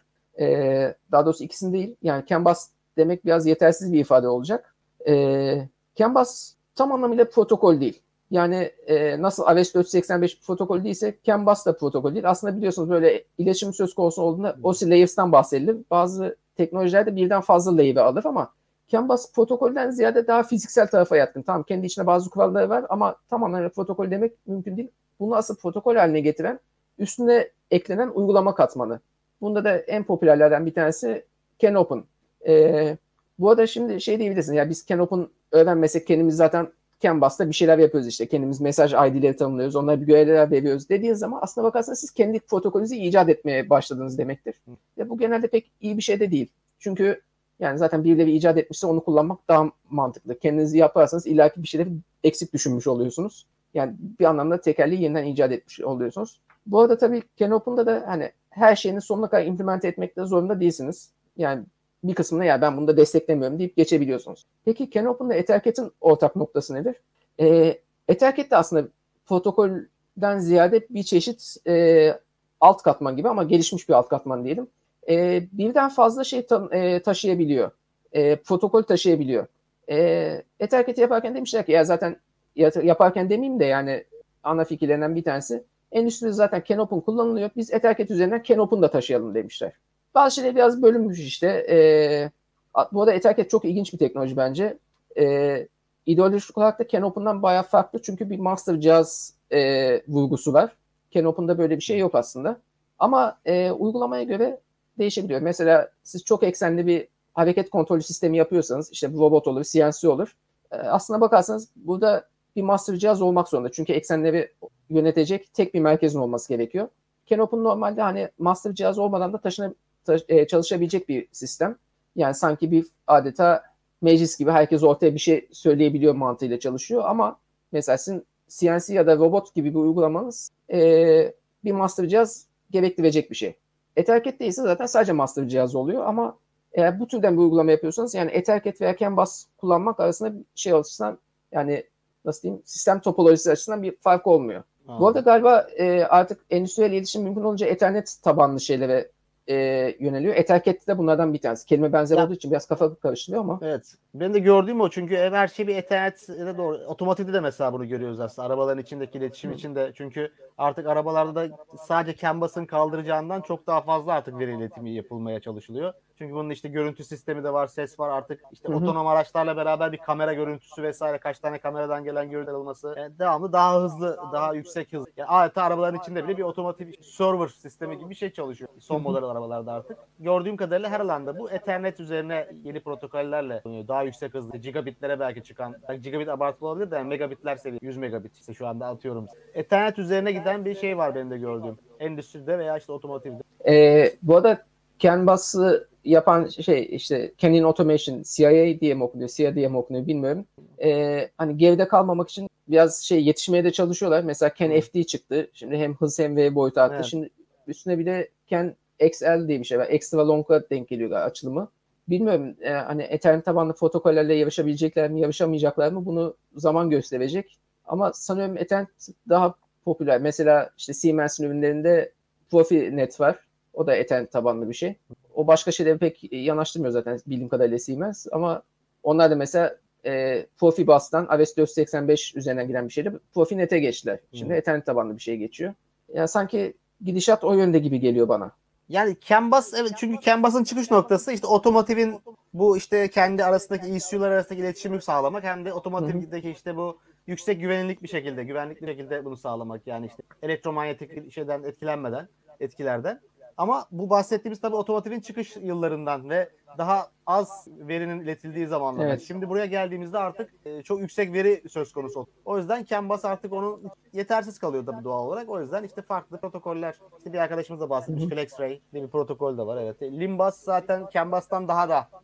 E, daha doğrusu ikisinin değil. Yani CAN bus demek biraz yetersiz bir ifade olacak. E, CAN bus tam anlamıyla protokol değil. Yani e, nasıl A V S dört yüz seksen beş protokol değilse CAN bus da protokol değil. Aslında biliyorsunuz böyle iletişim söz konusu olduğunda O S I layers'tan bahsedilir. Bazı teknolojilerde birden fazla layer alır ama CAN bus protokolden ziyade daha fiziksel tarafa yatkın. Tamam, kendi içinde bazı kuralları var ama tamamen protokol demek mümkün değil. Bunu asıl protokol haline getiren üstüne eklenen uygulama katmanı. Bunda da en popülerlerden bir tanesi CanOpen. Ee, bu arada şimdi şey diyebilirsiniz. Ya biz CanOpen öğrenmesek kendimiz zaten CAN bus'ta bir şeyler yapıyoruz işte. Kendimiz mesaj I D'leri tanımlıyoruz. Onlara bir görevler veriyoruz dediğiniz zaman aslına bakarsanız siz kendi protokolünüzü icat etmeye başladınız demektir. Ve bu genelde pek iyi bir şey de değil. Çünkü yani zaten birileri icat etmişse onu kullanmak daha mantıklı. Kendinizi yaparsanız illaki bir şeyleri eksik düşünmüş oluyorsunuz. Yani bir anlamda tekerleği yeniden icat etmiş oluyorsunuz. Bu arada tabii CanOpen'da da hani her şeyini sonuna kadar implement etmekte zorunda değilsiniz. Yani bir kısmını ya ben bunu da desteklemiyorum deyip geçebiliyorsunuz. Peki CanOpen'da Ethercat'in ortak noktası nedir? Ee, Ethercat de aslında protokolden ziyade bir çeşit e, alt katman gibi ama gelişmiş bir alt katman diyelim. E, birden fazla şey ta- e, taşıyabiliyor. E, protokol taşıyabiliyor. E, Ethercat'i yaparken demişler ki ya zaten yaparken demeyeyim de yani ana fikirlerinden bir tanesi endüstride zaten CanOpen kullanılıyor. Biz Ethercat üzerinden CanOpen da taşıyalım demişler. Bazı şeyler biraz bölünmüş işte. E, bu arada Ethercat çok ilginç bir teknoloji bence. E, ideolojik olarak da CanOpen'dan bayağı farklı çünkü bir master cihaz e, vurgusu var. CanOpen'da böyle bir şey yok aslında. Ama e, uygulamaya göre değişebiliyor. Mesela siz çok eksenli bir hareket kontrolü sistemi yapıyorsanız işte robot olur, C N C olur. E, aslına bakarsanız burada bir master cihaz olmak zorunda. Çünkü eksenleri yönetecek tek bir merkezin olması gerekiyor. CanOpen normalde hani master cihaz olmadan da taşına, taş, e, çalışabilecek bir sistem. Yani sanki bir adeta meclis gibi herkes ortaya bir şey söyleyebiliyor mantığıyla çalışıyor. Ama mesela sizin C N C ya da robot gibi bir uygulamanız e, bir master cihaz gerektirecek bir şey. Ethercat değilse zaten sadece master cihaz oluyor ama eğer bu türden bir uygulama yapıyorsanız yani Ethercat veya CAN bus kullanmak arasında bir şey açısından yani nasıl diyeyim sistem topolojisi açısından bir fark olmuyor. Anladım. Bu arada galiba e, artık endüstriyel iletişim mümkün olunca Ethernet tabanlı şeylere e, yöneliyor. Ethercat de bunlardan bir tanesi. Kelime benzer ya, olduğu için biraz kafa karıştırıyor ama. Evet. Ben de gördüğüm o çünkü her şey bir Ethernet'e doğru. Otomotivde de mesela bunu görüyoruz aslında. Arabaların içindeki iletişim Hı. içinde. Çünkü artık arabalarda da sadece CAN bus'ın kaldıracağından çok daha fazla artık veri iletimi yapılmaya çalışılıyor. Çünkü bunun işte görüntü sistemi de var, ses var artık işte hı hı. otonom araçlarla beraber bir kamera görüntüsü vesaire kaç tane kameradan gelen görüntü alınması yani devamlı daha hızlı, daha yüksek hız. Yani adeta arabaların içinde bile bir otomotiv server sistemi gibi bir şey çalışıyor. Son model arabalarda artık. Gördüğüm kadarıyla her alanda bu Ethernet üzerine yeni protokollerle daha yüksek hızlı gigabitlere belki çıkan gigabit abartılı olabilir de yani megabitler seviyesi yüz megabit işte şu anda atıyorum. Ethernet üzerine giden bir şey var benim de gördüğüm. Endüstride veya işte otomotivde. Ee, bu arada CAN bus'ı yapan şey işte Canon Automation C I A diye mi okunuyor, C I A diye mi okunuyor bilmiyorum. Ee, hani geride kalmamak için biraz şey yetişmeye de çalışıyorlar. Mesela Can F D çıktı. Şimdi hem hız hem veri boyutu arttı. Evet. Şimdi üstüne bir de Can X L diye bir şey var. Extra Long'a denk geliyor açılımı. Bilmiyorum e, hani Ethernet tabanlı protokollerle yarışabilecekler mi, yarışamayacaklar mı bunu zaman gösterecek. Ama sanıyorum Ethernet daha popüler. Mesela işte Siemens'in ürünlerinde Profinet var. O da Ethernet tabanlı bir şey. O başka şeyleri pek yanaştırmıyor zaten bildiğim kadarıyla Siemens. Ama onlar da mesela e, Profibus'tan A V S dört yüz seksen beş üzerinden giden bir şeydi. Profinet'e geçtiler. Şimdi hmm. Ethernet tabanlı bir şey geçiyor. Yani sanki gidişat o yönde gibi geliyor bana. Yani CAN bus evet çünkü CAN bus'ın çıkış noktası işte otomotivin bu işte kendi arasındaki E C U'lar arasındaki iletişimi sağlamak hem de otomotivdeki işte bu yüksek güvenlik bir şekilde, güvenlikli bir şekilde bunu sağlamak. Yani işte elektromanyetik şeyden etkilenmeden, etkilerden. Ama bu bahsettiğimiz tabii otomotivin çıkış yıllarından ve daha az verinin iletildiği zamanlar. Evet. Şimdi buraya geldiğimizde artık e, çok yüksek veri söz konusu oldu. O yüzden CAN bus artık onun yetersiz kalıyor tabii doğal olarak. O yüzden işte farklı protokoller. İşte bir arkadaşımız da bahsetmiş. FlexRay diye bir protokol de var. Evet. Limbus zaten CAN bus'tan daha da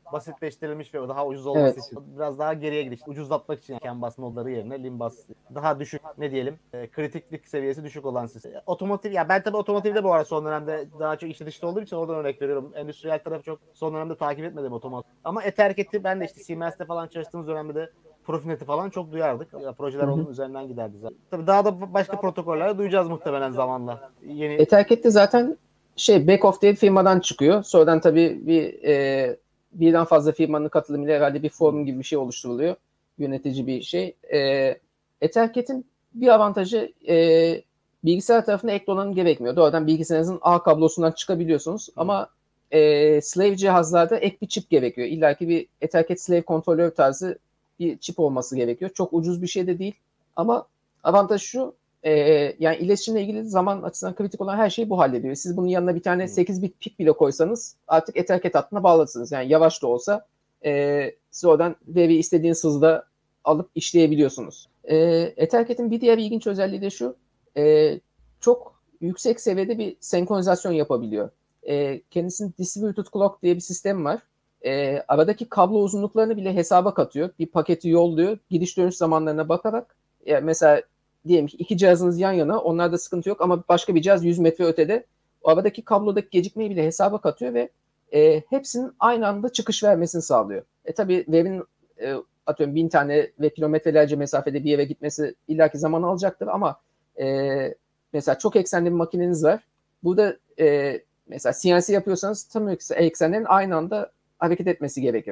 basitleştirilmiş ve daha ucuz olması Evet. için biraz daha geriye gidiş. Ucuzlatmak için yani CAN bus modları yerine Lean bus daha düşük ne diyelim e, kritiklik seviyesi düşük olan sistem. Otomotiv ya ben tabii otomotivde bu ara son dönemde daha çok içi dışta olduğum için oradan örnek veriyorum. Endüstriyel tarafı çok son dönemde takip etmedim otomotiv. Ama Etherket'i ben de işte Siemens'te falan çalıştığımız dönemde de Profinet'i falan çok duyardık. Ya, projeler Hı hı. onun üzerinden giderdi zaten. Tabii daha da başka protokoller duyacağız muhtemelen zamanla. Yeni Ethercat de zaten şey Beckhoff diye bir firmadan çıkıyor. Sonradan tabii bir e, birden fazla firmanın katılımıyla herhalde bir forum gibi bir şey oluşturuluyor. Yönetici bir şey. E, Ethercat'in bir avantajı e, bilgisayar tarafına ek donanım gerekmiyor. Doğrudan bilgisayarınızın A kablosundan çıkabiliyorsunuz. Hı. Ama e, slave cihazlarda ek bir çip gerekiyor. İlla ki bir Ethercat slave kontrolör tarzı bir çip olması gerekiyor. Çok ucuz bir şey de değil. Ama avantajı şu, Ee, yani iletişimle ilgili zaman açısından kritik olan her şeyi bu hallediyor. Siz bunun yanına bir tane sekiz bit pik bile koysanız artık Ethercat hattına bağlarsınız. Yani yavaş da olsa e, siz oradan veri istediğiniz hızda alıp işleyebiliyorsunuz. E, Ethercat'in bir diğer ilginç özelliği de şu, e, çok yüksek seviyede bir senkronizasyon yapabiliyor. E, kendisinin distributed clock diye bir sistem var. E, aradaki kablo uzunluklarını bile hesaba katıyor. Bir paketi yolluyor. Gidiş dönüş zamanlarına bakarak yani mesela diyelim ki iki cihazınız yan yana, onlarda sıkıntı yok ama başka bir cihaz yüz metre ötede. O aradaki kablodaki gecikmeyi bile hesaba katıyor ve e, hepsinin aynı anda çıkış vermesini sağlıyor. E tabii verinin e, atıyorum bin tane ve kilometrelerce mesafede bir yere gitmesi illaki zaman alacaktır ama e, mesela çok eksenli bir makineniz var. Burada e, mesela C N C yapıyorsanız tüm eksenlerin aynı anda hareket etmesi gerekir.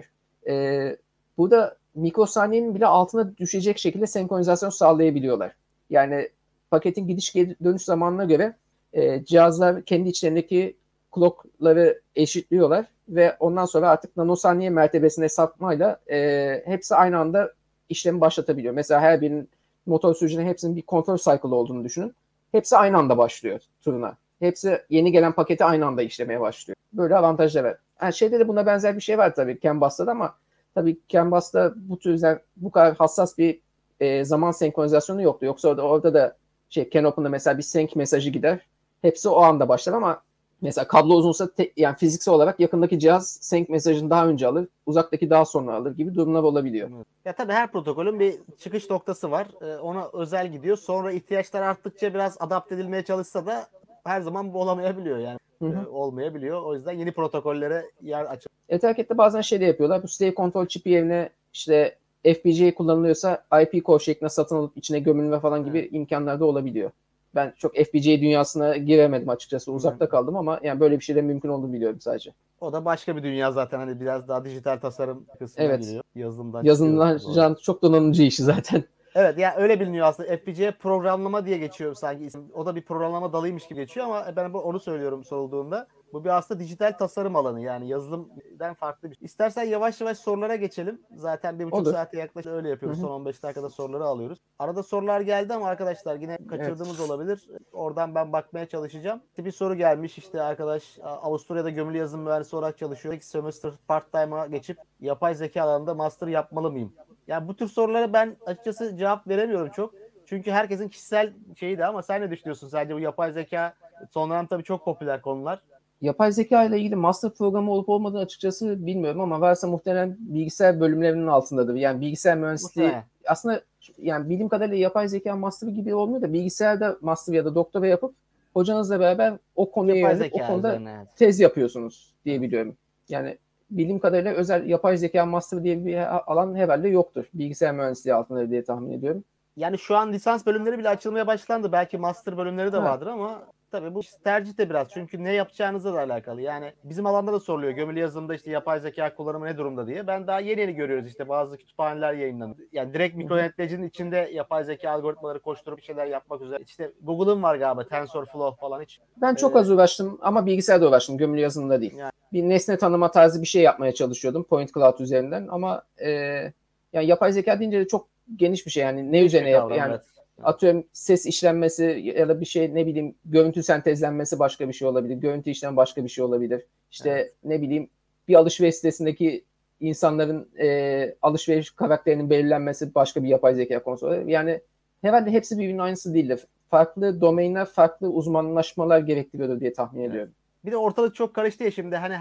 E, burada mikrosaniyenin bile altına düşecek şekilde senkronizasyon sağlayabiliyorlar. Yani paketin gidiş dönüş zamanına göre e, cihazlar kendi içlerindeki clock'ları eşitliyorlar ve ondan sonra artık nanosaniye mertebesine sapmayla e, hepsi aynı anda işlemi başlatabiliyor. Mesela her birinin motor sürücünün hepsinin bir kontrol cycle olduğunu düşünün. Hepsi aynı anda başlıyor turuna. Hepsi yeni gelen paketi aynı anda işlemeye başlıyor. Böyle avantajlar var. Yani şeyde de buna benzer bir şey var tabii CAN bus'ta da ama tabii CAN bus'ta bu tür bu kadar hassas bir e, zaman senkronizasyonu yoktu. Yoksa orada, orada da şey CAN Open'da mesela bir sync mesajı gider. Hepsi o anda başlar ama mesela kablo uzunsa te, yani fiziksel olarak yakındaki cihaz sync mesajını daha önce alır, uzaktaki daha sonra alır gibi durumlar olabiliyor. Ya tabii her protokolün bir çıkış noktası var. Ee, ona özel gidiyor. Sonra ihtiyaçlar arttıkça biraz adapte edilmeye çalışsa da her zaman bu olamayabiliyor yani. Hı hı. E, olmayabiliyor. O yüzden yeni protokollere yer açılıyor. Ethercat'te bazen şey de yapıyorlar. Bu slave control çipi yerine işte F P G A kullanılıyorsa I P core şeklinde satın alıp içine gömülme falan gibi evet. imkanlar da olabiliyor. Ben çok F P G A dünyasına giremedim açıkçası. Uzakta Hı. kaldım ama yani böyle bir şeyden mümkün olduğunu biliyorum sadece. O da başka bir dünya zaten. Hani biraz daha dijital tasarım kısmına evet. giriyor. Yazılımdan Yazılımdan çok donanımcı işi zaten. Evet yani öyle biliniyor aslında. F P G A programlama diye geçiyor sanki isim. O da bir programlama dalıymış gibi geçiyor ama ben onu söylüyorum sorulduğunda. Bu bir aslında dijital tasarım alanı yani yazılımdan farklı bir şey. İstersen yavaş yavaş sorulara geçelim. Zaten bir buçuk Olur. saate yaklaşık öyle yapıyoruz. Hı-hı. Son on beş dakikada soruları alıyoruz. Arada sorular geldi ama arkadaşlar yine kaçırdığımız evet. olabilir. Oradan ben bakmaya çalışacağım. Bir soru gelmiş işte arkadaş Avusturya'da gömülü yazılım mühendisi olarak çalışıyor. İki semester part-time'a geçip yapay zeka alanında master yapmalı mıyım? Yani bu tür sorulara ben açıkçası cevap veremiyorum çok. Çünkü herkesin kişisel şeyi de ama sen ne düşünüyorsun? Sadece bu yapay zeka sonradan tabii çok popüler konular. Yapay zeka ile ilgili master programı olup olmadığını açıkçası bilmiyorum ama varsa muhtemelen bilgisayar bölümlerinin altındadır. Yani bilgisayar mühendisliği muhtemelen. Aslında yani bildiğim kadarıyla yapay zeka master gibi olmuyor da bilgisayarda master ya da doktora yapıp hocanızla beraber o konuya yönelip o konuda üzerine. tez yapıyorsunuz diye evet. biliyorum. Yani bildiğim kadarıyla özel yapay zeka master diye bir alan herhalde yoktur. Bilgisayar mühendisliği altında diye tahmin ediyorum. Yani şu an lisans bölümleri bile açılmaya başlandı. Belki master bölümleri de ha. vardır ama tabii bu tercih de biraz. Çünkü ne yapacağınızla da alakalı. Yani bizim alanda da soruluyor. Gömülü yazılımda işte yapay zeka kullanımı ne durumda diye. Ben daha yeni yeni görüyoruz işte bazı kütüphaneler yayınlanıyor. Yani direkt mikroyöneticinin içinde yapay zeka algoritmaları koşturup bir şeyler yapmak üzere. İşte Google'ın var galiba TensorFlow falan hiç. Ben çok ee, az uğraştım ama bilgisayarda uğraştım. Gömülü yazılımda değil. Yani. Bir nesne tanıma tarzı bir şey yapmaya çalışıyordum Point Cloud üzerinden ama e, yani yapay zeka deyince de çok geniş bir şey yani ne üzerine yap yani evet. atıyorum ses işlenmesi ya da bir şey ne bileyim görüntü sentezlenmesi başka bir şey olabilir. Görüntü işlem başka bir şey olabilir. İşte evet. ne bileyim bir alışveriş sitesindeki insanların e, alışveriş karakterinin belirlenmesi başka bir yapay zeka konusu olabilir. Yani herhalde hepsi birbirinin aynısı değildir. Farklı domainler, farklı uzmanlaşmalar gerektiriyordur diye tahmin evet. ediyorum. Bir de ortalık çok karıştı ya şimdi. Hani her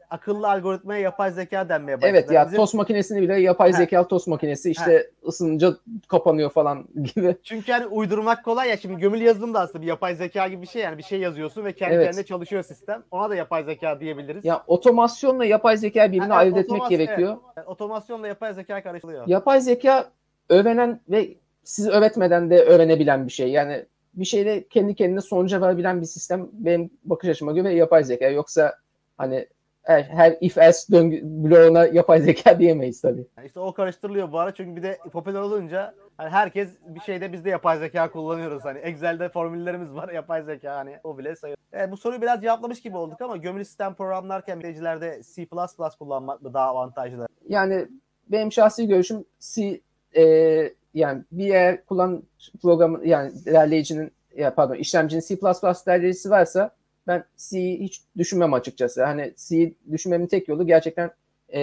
akıllı algoritmaya yapay zeka denmeye başladı. Evet ya Bizim... tost makinesini bile yapay zekalı tost makinesi işte ha. ısınınca kapanıyor falan gibi. Çünkü hani uydurmak kolay ya, şimdi gömülü yazılım da aslında bir yapay zeka gibi bir şey, yani bir şey yazıyorsun ve kendi evet. kendine çalışıyor sistem. Ona da yapay zeka diyebiliriz. Ya otomasyonla yapay zeka birbirine ha, evet, ayırt etmek gerekiyor. Evet. Otomasyonla yapay zeka karıştırılıyor. Yapay zeka övenen ve sizi öğretmeden de öğrenebilen bir şey. Yani bir şeyde kendi kendine sonuca varabilen bir sistem benim bakış açıma göre yapay zeka. Yoksa hani her, her if else döngü bloğuna yapay zeka diyemeyiz tabii. Yani işte o karıştırılıyor bu ara, çünkü bir de popüler olunca hani herkes bir şeyde biz de yapay zeka kullanıyoruz. Hani Excel'de formüllerimiz var, yapay zeka hani o bile sayılır. Evet, bu soruyu biraz cevaplamış gibi olduk ama gömülü sistem programlarken bilgisayarlarda C plus plus kullanmak mı daha avantajlı? Yani benim şahsi görüşüm C e, yani bir yer kullan programı yani derleyicinin ya pardon işlemcinin C plus plus derleyicisi varsa ben C'yi hiç düşünmem açıkçası. Hani C'yi düşünmemin tek yolu gerçekten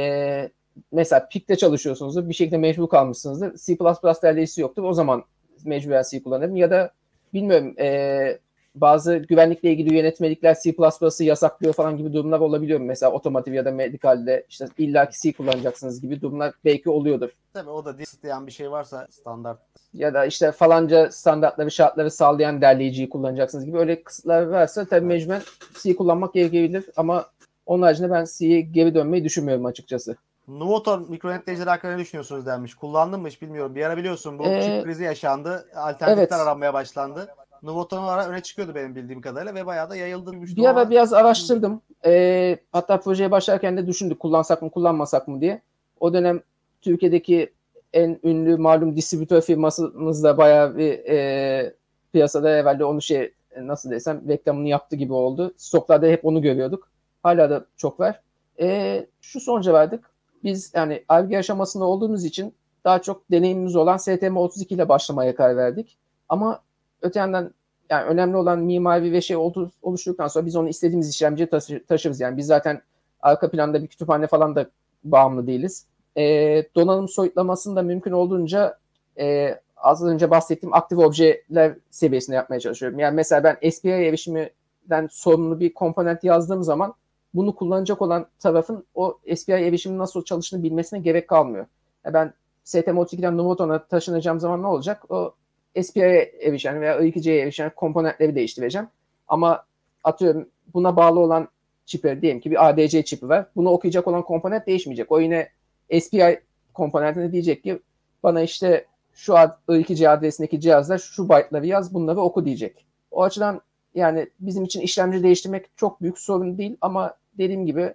e, mesela P I C'te çalışıyorsunuzdur. Bir şekilde mecbur kalmışsınızdır. C plus plus derleyicisi yoktur. O zaman mecburen C kullanırım. Ya da bilmiyorum e, bazı güvenlikle ilgili yönetmelikler C plus plus'ı yasaklıyor falan gibi durumlar olabiliyor. Mesela otomotiv ya da medikalde işte illaki C kullanacaksınız gibi durumlar belki oluyordur. Tabii o da isteyen bir şey varsa standart. Ya da işte falanca standartları, şartları sağlayan derleyiciyi kullanacaksınız gibi öyle kısıtlar varsa tabii evet. mecburen C kullanmak gerekebilir ama onun haricinde ben C'ye geri dönmeyi düşünmüyorum açıkçası. Nuvoton mikroyöneticileri hakkında ne düşünüyorsunuz denmiş. Kullandın mı hiç bilmiyorum. Bir ara biliyorsun bu ee, çip krizi yaşandı. Alternatifler evet. aranmaya başlandı. Nuvoton ara öne çıkıyordu benim bildiğim kadarıyla ve bayağı da yayıldı. Bir ara ama... biraz araştırdım. Ee, hatta projeye başlarken de düşündük kullansak mı kullanmasak mı diye. O dönem Türkiye'deki en ünlü malum distribütör firmasımız da bayağı bir e, piyasada evvelde onu şey nasıl desem reklamını yaptı gibi oldu. Stoklarda hep onu görüyorduk. Hala da çok var. E, şu sonuca vardık. Biz yani Ar-Ge aşamasında olduğumuz için daha çok deneyimimiz olan S T M otuz iki ile başlamaya karar verdik. Ama öte yandan yani önemli olan mimari ve şey oluşturduktan sonra biz onu istediğimiz işlemciye taşı, taşırız. Yani biz zaten arka planda bir kütüphane falan da bağımlı değiliz. E, donanım soyutlamasını da mümkün olduğunca e, az önce bahsettiğim aktif objeler seviyesinde yapmaya çalışıyorum. Yani mesela ben S P I erişiminden sorumlu bir komponent yazdığım zaman bunu kullanacak olan tarafın o S P I erişimin nasıl çalıştığını bilmesine gerek kalmıyor. Yani ben S T M otuz ikiden Nuvoton'a taşınacağım zaman ne olacak? O S P I'ye erişen veya I iki C'ye erişen komponentleri değiştireceğim. Ama atıyorum buna bağlı olan çipi diyelim ki bir A D C çipi var. Bunu okuyacak olan komponent değişmeyecek. O yine S P I komponentine diyecek ki bana işte şu I iki C adresindeki cihazda şu byte'ları yaz, bunları oku diyecek. O açıdan yani bizim için işlemci değiştirmek çok büyük sorun değil ama dediğim gibi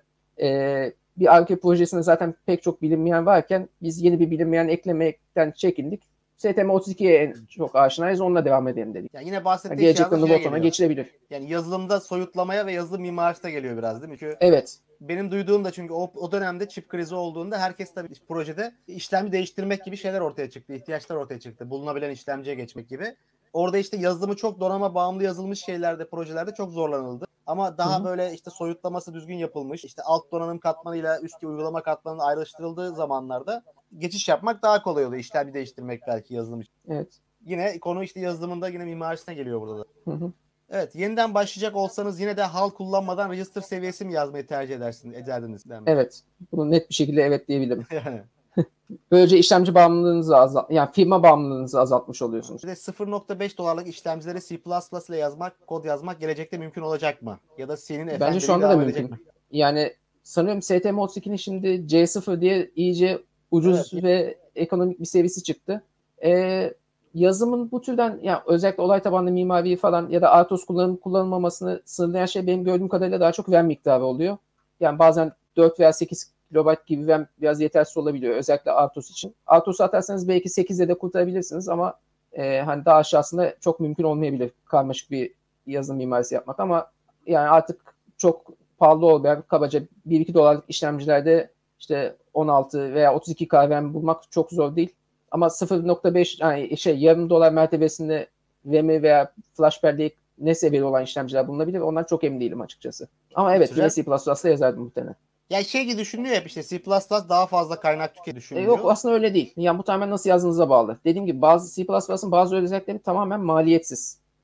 e, bir Ar-Ge projesinde zaten pek çok bilinmeyen varken biz yeni bir bilinmeyen eklemekten çekindik. S T M otuz ikiye en çok aşinayız, onunla devam edelim dedik. Yani yine bahsettiğim yani gelecekte Nuvoton'a geçilebilir. Yani yazılımda soyutlamaya ve yazılım mimarisi de geliyor biraz değil mi? Çünkü evet. Benim duyduğum da çünkü o, o dönemde çip krizi olduğunda herkes tabii projede işlemci değiştirmek gibi şeyler ortaya çıktı. İhtiyaçlar ortaya çıktı. Bulunabilen işlemciye geçmek gibi. Orada işte yazılımı çok donanıma bağımlı yazılmış şeylerde, projelerde çok zorlanıldı. Ama daha Hı-hı. böyle işte soyutlaması düzgün yapılmış, işte alt donanım katmanıyla üst uygulama katmanının ayrıştırıldığı zamanlarda geçiş yapmak daha kolay oluyor. İşlemci değiştirmek belki yazılım için. Evet. Yine konu işte yazılımında yine mimarisine geliyor burada da. Hı hı. Evet, yeniden başlayacak olsanız yine de H A L kullanmadan register seviyesi mi yazmayı tercih edersiniz, ederdiniz? Evet. Bunu net bir şekilde evet diyebilirim. Yani. Böylece işlemci bağımlılığınızı azalt, yani firma bağımlılığınızı azaltmış oluyorsunuz. Bir de sıfır nokta beş dolarlık işlemcileri C plus plus ile yazmak, kod yazmak gelecekte mümkün olacak mı? Ya da C'nin efendiliği bence şu anda da mümkün. Mi? Yani sanıyorum S T M otuz ikinin şimdi C sıfır diye iyice ucuz evet. ve ekonomik bir seviyesi çıktı. Ee, yazımın bu türden yani özellikle olay tabanlı mimari falan ya da RTOS kullanım kullanılmamasını sınırlayan şey benim gördüğüm kadarıyla daha çok RAM miktarı oluyor. Yani bazen dört veya sekiz kilobayt gibi RAM biraz yetersiz olabiliyor özellikle RTOS için. RTOS'u atarsanız belki sekizle de kurtarabilirsiniz ama e, hani daha aşağısında çok mümkün olmayabilir karmaşık bir yazılım mimarisi yapmak ama yani artık çok pahalı olmayan kabaca bir iki dolarlık işlemcilerde işte on altı veya otuz iki K RAM bulmak çok zor değil. Ama sıfır nokta beş yani şey yarım dolar mertebesinde RAM'i veya flash belleği ne seviyede olan işlemciler bulunabilir. Ondan çok emin değilim açıkçası. Ama evet yine C plus plus'la yazardım muhtemelen. Ya şey gibi düşünülüyor hep işte C plus plus daha fazla kaynak tüketiyor düşünülüyor. E yok aslında öyle değil. Yani bu tamamen nasıl yazdığınıza bağlı. Dediğim gibi bazı C plus plus'ın bazı özellikleri tamamen maliyetsiz.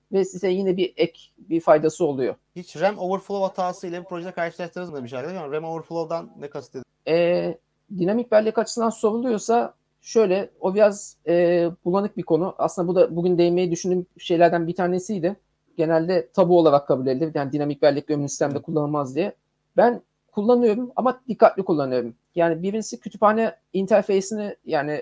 ve size yine bir ek bir faydası oluyor. Hiç RAM overflow hatası ile bir projede karşılaştınız mı demiş arkadaşlar. RAM overflow'dan ne kastediyorsunuz? E, dinamik bellek açısından soruluyorsa şöyle, o biraz e, bulanık bir konu. Aslında bu da bugün değinmeyi düşündüğüm şeylerden bir tanesiydi. Genelde tabu olarak kabul edilir. Yani dinamik bellek gömülü sistemde kullanılmaz diye. Ben kullanıyorum ama dikkatli kullanıyorum. Yani birincisi kütüphane interface'ini yani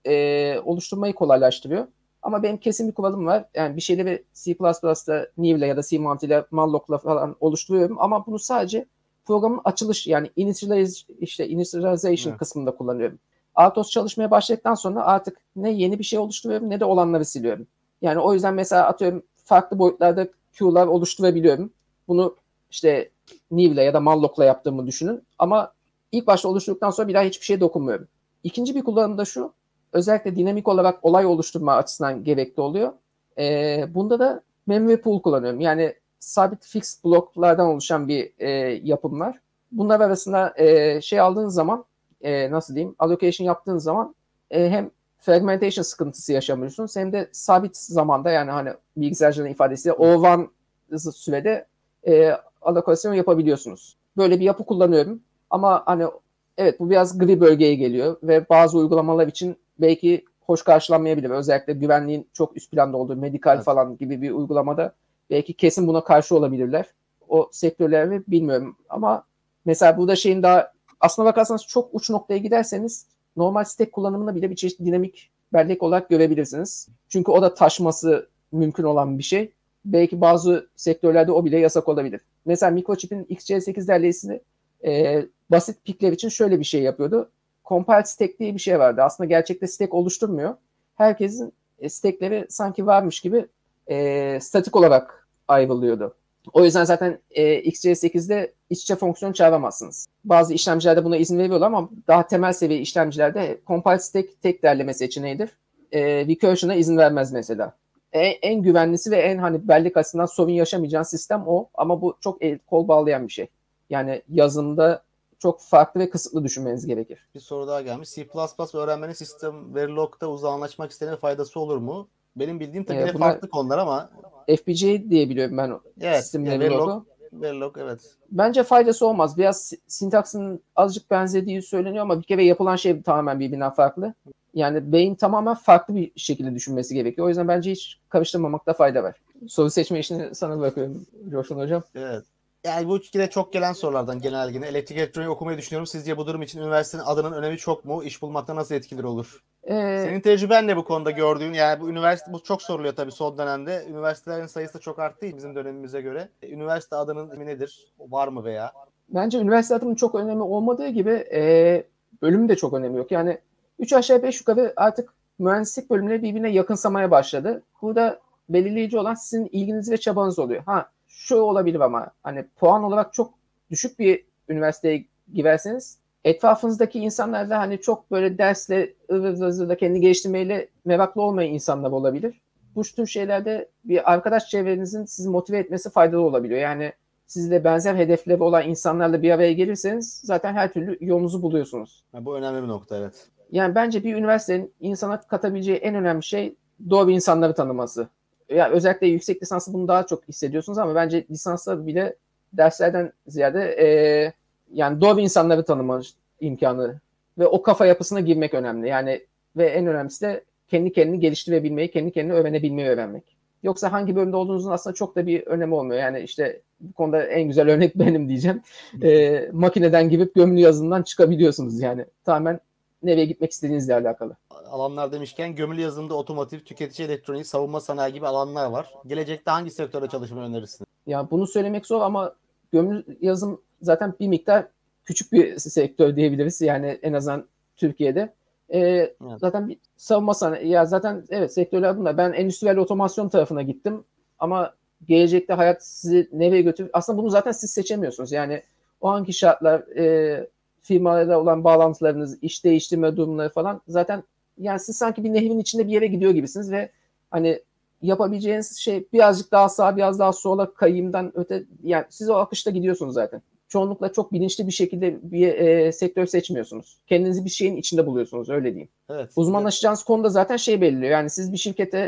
e, oluşturmayı kolaylaştırıyor. Ama benim kesin bir kuralım var. Yani bir şeyleri C plus plus'ta New'le ya da C mantığıyla Malloc'la falan oluşturuyorum ama bunu sadece programın açılış yani initialize, işte initialization evet. kısmında kullanıyorum. RTOS çalışmaya başladıktan sonra artık ne yeni bir şey oluşturuyorum ne de olanları siliyorum. Yani o yüzden mesela atıyorum farklı boyutlarda Q'lar oluşturabiliyorum. Bunu işte New'le ya da Malloc'la yaptığımı düşünün. Ama ilk başta oluşturduktan sonra bir daha hiçbir şeye dokunmuyorum. İkinci bir kullanım da şu. Özellikle dinamik olarak olay oluşturma açısından gerekli oluyor. Ee, bunda da memory pool kullanıyorum. Yani sabit fixed bloklardan oluşan bir e, yapım var. Bunlar arasında e, şey aldığın zaman e, nasıl diyeyim allocation yaptığın zaman e, hem fragmentation sıkıntısı yaşamıyorsunuz hem de sabit zamanda yani hani bilgisayarcının ifadesiyle O bir sürede e, allokasyon yapabiliyorsunuz. Böyle bir yapı kullanıyorum ama hani evet bu biraz gri bölgeye geliyor ve bazı uygulamalar için belki hoş karşılanmayabilir. Özellikle güvenliğin çok üst planda olduğu medikal evet. falan gibi bir uygulamada belki kesin buna karşı olabilirler. O sektörleri bilmiyorum ama mesela burada şeyin daha aslına bakarsanız çok uç noktaya giderseniz normal stack kullanımında bile bir çeşit dinamik bellek olarak görebilirsiniz. Çünkü o da taşması mümkün olan bir şey. Belki bazı sektörlerde o bile yasak olabilir. Mesela Microchip'in X C sekiz derleğisini e, basit pikler için şöyle bir şey yapıyordu. Compile stack diye bir şey vardı. Aslında gerçekte stack oluşturmuyor. Herkesin e, stackleri sanki varmış gibi e, statik olarak ayrılıyordu. O yüzden zaten e, X C sekizde iç içe fonksiyon çağıramazsınız. Bazı işlemcilerde buna izin veriyorlar ama daha temel seviye işlemcilerde compile stack tek derleme seçeneğidir. E, recursion'a izin vermez mesela. En, en güvenlisi ve en hani bellek açısından sorun yaşamayacağın sistem o. Ama bu çok el kol bağlayan bir şey. Yani yazılımda çok farklı ve kısıtlı düşünmeniz gerekir. Bir soru daha gelmiş. C plus plus öğrenmenin sistem Verilog'da uzağanlaşmak istediğine faydası olur mu? Benim bildiğim tabii ee, farklı konular ama F P G A diye biliyorum ben evet, sistem Verilog'u. Verilog evet. Bence faydası olmaz. Biraz sintaksının azıcık benzediği söyleniyor ama bir kere yapılan şey tamamen birbirinden farklı. Yani beyin tamamen farklı bir şekilde düşünmesi gerekiyor. O yüzden bence hiç karıştırmamakta fayda var. Soru seçme işini sana bırakıyorum Coşkun Hocam. Evet. Yani bu yine çok gelen sorulardan genel yine. Elektrik elektroniği okumayı düşünüyorum. Sizce bu durum için üniversitenin adının önemi çok mu? İş bulmakta nasıl etkileri olur? Ee, Senin tecrüben ne bu konuda gördüğün? Yani bu üniversite bu çok soruluyor tabii son dönemde. Üniversitelerin sayısı da çok arttı bizim dönemimize göre. Üniversite adının önemi nedir? Var mı veya? Bence üniversite adının çok önemi olmadığı gibi e, bölümün de çok önemi yok. Yani üç aşağı beş yukarı artık mühendislik bölümleri birbirine yakınsamaya başladı. Burada belirleyici olan sizin ilginiz ve çabanız oluyor. Ha şu olabilir ama hani puan olarak çok düşük bir üniversiteye girerseniz etrafınızdaki insanlar da hani çok böyle dersle ıvır zıvır kendini geliştirmeyle meraklı olmayan insanlar olabilir. Bu tür şeylerde bir arkadaş çevrenizin sizi motive etmesi faydalı olabiliyor. Yani sizle benzer hedefleri olan insanlarla bir araya gelirseniz zaten her türlü yolunuzu buluyorsunuz. Ha, bu önemli bir nokta evet. Yani bence bir üniversitenin insana katabileceği en önemli şey doğru insanları tanıması. Yani özellikle yüksek lisansı bunu daha çok hissediyorsunuz ama bence lisansla bile derslerden ziyade e, yani doğru insanları tanıma imkanı ve o kafa yapısına girmek önemli. Yani ve en önemlisi de kendi kendini geliştirebilmeyi, kendi kendini öğrenebilmeyi öğrenmek. Yoksa hangi bölümde olduğunuzun aslında çok da bir önemi olmuyor. Yani işte bu konuda en güzel örnek benim diyeceğim. E, makineden girip gömülü yazılımdan çıkabiliyorsunuz yani. Tamamen nereye gitmek istediğinizle alakalı. Alanlar demişken gömülü yazılımda otomotiv, tüketici elektroniği, savunma sanayi gibi alanlar var. Gelecekte hangi sektörde çalışmayı önerirsiniz? Ya bunu söylemek zor ama gömülü yazılım zaten bir miktar küçük bir sektör diyebiliriz. Yani en azından Türkiye'de. Ee, evet. Zaten bir savunma sanayi. Ya zaten evet sektörler bunlar. Ben endüstriyel otomasyon tarafına gittim. Ama gelecekte hayat sizi nereye götürür? Aslında bunu zaten siz seçemiyorsunuz. Yani o anki şartlar, e, firmalarla olan bağlantılarınız, iş değiştirme durumları falan zaten yani siz sanki bir nehrin içinde bir yere gidiyor gibisiniz ve hani yapabileceğiniz şey birazcık daha sağa biraz daha sola kayımdan öte yani siz o akışta gidiyorsunuz zaten. Çoğunlukla çok bilinçli bir şekilde bir e, sektör seçmiyorsunuz. Kendinizi bir şeyin içinde buluyorsunuz öyle diyeyim. Evet. Uzmanlaşacağınız evet. konuda zaten şey belirliyor. Yani siz bir şirkete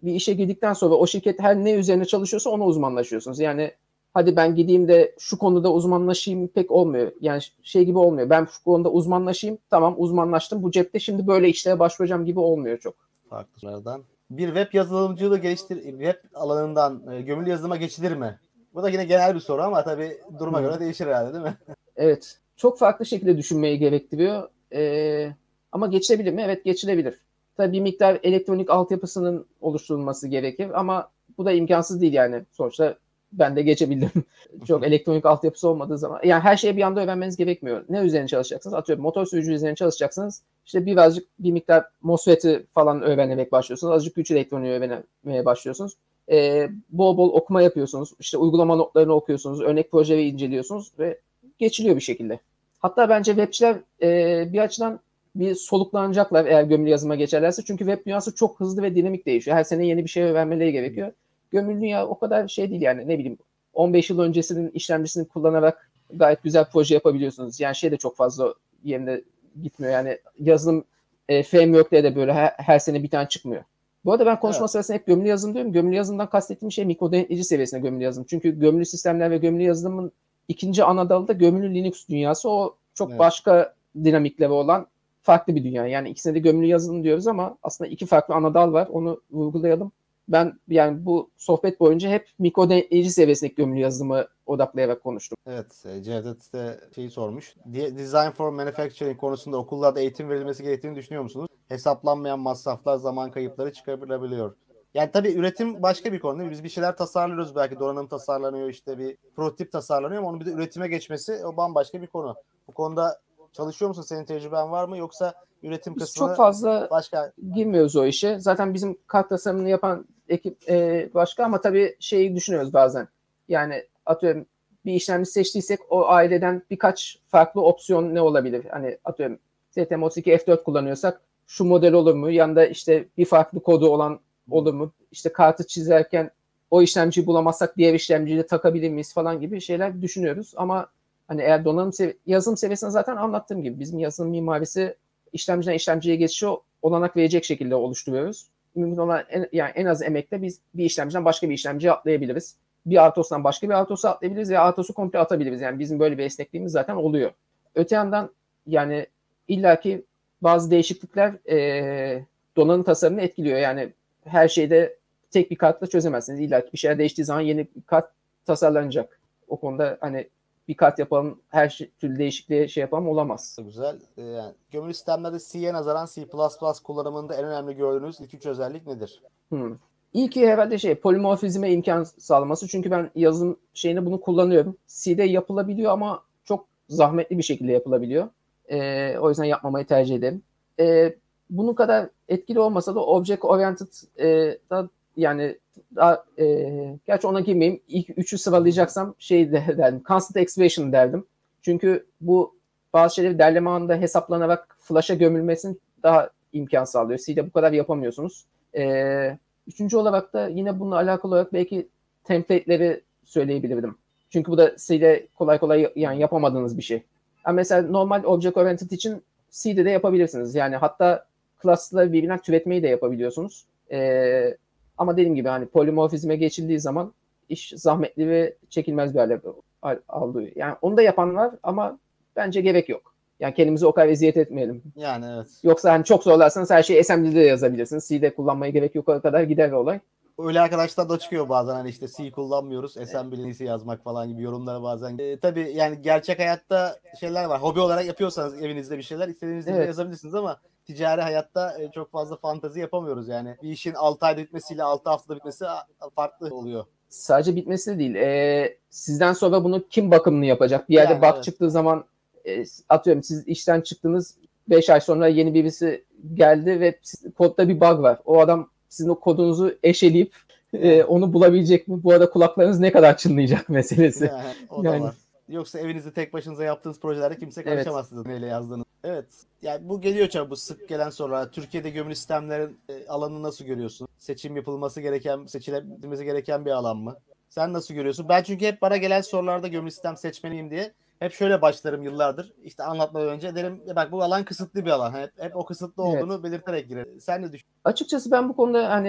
bir işe girdikten sonra o şirket her ne üzerine çalışıyorsa ona uzmanlaşıyorsunuz. Yani hadi ben gideyim de şu konuda uzmanlaşayım pek olmuyor. Yani şey gibi olmuyor. Ben şu konuda uzmanlaşayım. Tamam uzmanlaştım. Bu cepte şimdi böyle işlere başvuracağım gibi olmuyor çok. Farklılardan. Bir web yazılımcılığı geliştir web alanından e, gömülü yazılıma geçilir mi? Bu da yine genel bir soru ama tabii duruma Hı. göre değişir herhalde değil mi? Evet. Çok farklı şekilde düşünmeyi gerektiriyor. Ee, ama geçilebilir mi? Evet geçilebilir. Tabii bir miktar elektronik altyapısının oluşturulması gerekir ama bu da imkansız değil yani. Sonuçta ben de geçebildim. Çok elektronik altyapısı olmadığı zaman. Yani her şeye bir anda öğrenmeniz gerekmiyor. Ne üzerine çalışacaksınız? Atıyorum motor sürücü üzerine çalışacaksınız. İşte birazcık bir miktar MOSFET'i falan öğrenerek başlıyorsunuz. Azıcık güç elektroniği öğrenmeye başlıyorsunuz. Ee, bol bol okuma yapıyorsunuz. İşte uygulama notlarını okuyorsunuz. Örnek projeleri inceliyorsunuz ve geçiliyor bir şekilde. Hatta bence webçiler e, bir açıdan bir soluklanacaklar eğer gömülü yazılıma geçerlerse. Çünkü web dünyası çok hızlı ve dinamik değişiyor. Her sene yeni bir şey öğrenmeleri gerekiyor. Gömülü dünya o kadar şey değil yani ne bileyim on beş yıl öncesinin işlemcisini kullanarak gayet güzel proje yapabiliyorsunuz. Yani şey de çok fazla yerinde gitmiyor. Yani yazılım e, framework'leri de böyle her, her sene bir tane çıkmıyor. Bu arada ben konuşma evet. sırasında hep gömülü yazılım diyorum. Gömülü yazılımdan kastettiğim şey mikro denetleyici seviyesinde gömülü yazılım. Çünkü gömülü sistemler ve gömülü yazılımın ikinci ana dalı da gömülü Linux dünyası. O çok evet. başka dinamikleri olan farklı bir dünya. Yani ikisine de gömülü yazılım diyoruz ama aslında iki farklı ana dal var. Onu vurgulayalım. Ben yani bu sohbet boyunca hep mikro denetleyici seviyesindeki gömülü yazılımı odaklayarak konuştum. Evet, Cevdet de şeyi sormuş. Design for Manufacturing konusunda okullarda eğitim verilmesi gerektiğini düşünüyor musunuz? Hesaplanmayan masraflar, zaman kayıpları çıkarılabiliyor. Yani tabii üretim başka bir konu değil mi? Biz bir şeyler tasarlıyoruz belki donanım tasarlanıyor işte bir prototip tasarlanıyor ama onun bir de üretime geçmesi o bambaşka bir konu. Bu konuda çalışıyor musun? Senin tecrüben var mı? Yoksa üretim Biz kısmını çok fazla başka girmiyoruz o işe. Zaten bizim kart tasarımını yapan ekip e, başka ama tabii şeyi düşünüyoruz bazen. Yani atıyorum bir işlemci seçtiysek o aileden birkaç farklı opsiyon ne olabilir? Hani atıyorum Z T M otuz iki F dört kullanıyorsak şu model olur mu? Yanında işte bir farklı kodu olan olur mu? İşte kartı çizerken o işlemciyi bulamazsak diğer işlemciyi de takabilir miyiz falan gibi şeyler düşünüyoruz. Ama hani eğer donanım sevi- yazılım seviyesinde zaten anlattığım gibi bizim yazılım mimarisi işlemciden işlemciye geçişi olanak verecek şekilde oluşturuyoruz. Mümkün olan en, yani en az emekle biz bir işlemciden başka bir işlemciye atlayabiliriz. Bir Artos'tan başka bir Artos'a atlayabiliriz ve Artos'u komple atabiliriz. Yani bizim böyle bir esnekliğimiz zaten oluyor. Öte yandan yani illaki bazı değişiklikler e, donanım tasarımını etkiliyor. Yani her şeyde tek bir kartla çözemezsiniz. İllaki bir şeyler değiştiği zaman yeni bir kart tasarlanacak. O konuda hani bir kart yapalım, her şey, türlü değişikliğe şey yapalım olamaz. Güzel. Ee, yani gömülü sistemlerde C'ye nazaran C plus plus kullanımında en önemli gördüğünüz ilk üç özellik nedir? Hmm. İlki herhalde şey polimorfizme imkan sağlaması. Çünkü ben yazılım şeyini bunu kullanıyorum. C'de yapılabiliyor ama çok zahmetli bir şekilde yapılabiliyor. Ee, o yüzden yapmamayı tercih ederim. Ee, bunun kadar etkili olmasa da object oriented e, da yani daha, e, gerçi ona girmeyeyim. İlk üçü sıralayacaksam şey derdim. Constant expression derdim. Çünkü bu bazı şeyleri derleme anında hesaplanarak flash'a gömülmesini daha imkan sağlıyor. C'de bu kadar yapamıyorsunuz. Ee, üçüncü olarak da yine bununla alakalı olarak belki template'leri söyleyebilirdim. Çünkü bu da C'de kolay kolay yani yapamadığınız bir şey. Yani mesela normal object oriented için C'de de yapabilirsiniz. Yani hatta class'ları birbirinden türetmeyi de yapabiliyorsunuz. Ee, ama dediğim gibi hani polimorfizme geçildiği zaman iş zahmetli ve çekilmez bir hale alıyor. Yani onu da yapan var ama bence gerek yok. Yani kendimizi o kadar eziyet etmeyelim. Yani evet. Yoksa hani çok zorlarsanız her şeyi S M D'de de yazabilirsiniz. C'de kullanmaya gerek yok o kadar gider olay. Öyle arkadaşlar da çıkıyor bazen hani işte C kullanmıyoruz. S M D'li yazmak falan gibi yorumlar bazen. Ee, tabii yani gerçek hayatta şeyler var. Hobi olarak yapıyorsanız evinizde bir şeyler istediğiniz dilde evet. yazabilirsiniz ama ticari hayatta çok fazla fantezi yapamıyoruz yani. Bir işin altı ayda bitmesiyle altı haftada bitmesi farklı oluyor. Sadece bitmesi de değil. Ee, sizden sonra bunu kim bakımını yapacak? Bir yerde yani, bug evet. çıktığı zaman e, atıyorum siz işten çıktınız beş ay sonra yeni birisi geldi ve kodda bir bug var. O adam sizin o kodunuzu eşeleyip yani. e, onu bulabilecek mi? Bu arada kulaklarınız ne kadar çınlayacak meselesi. Yani, o da yani. var. Yoksa evinizde tek başınıza yaptığınız projelerde kimse karışamaz sizin neyle yazdığınız. Evet. Yani bu geliyor çabuk bu sık gelen sorular. Türkiye'de gömülü sistemlerin e, alanını nasıl görüyorsun? Seçim yapılması gereken, seçilebilmesi gereken bir alan mı? Sen nasıl görüyorsun? Ben çünkü hep bana gelen sorularda gömülü sistem seçmeliyim diye hep şöyle başlarım yıllardır. İşte anlatmadan önce derim ya bak bu alan kısıtlı bir alan. Hep, hep o kısıtlı olduğunu evet. belirterek girer. Sen ne düşünüyorsun? Açıkçası ben bu konuda hani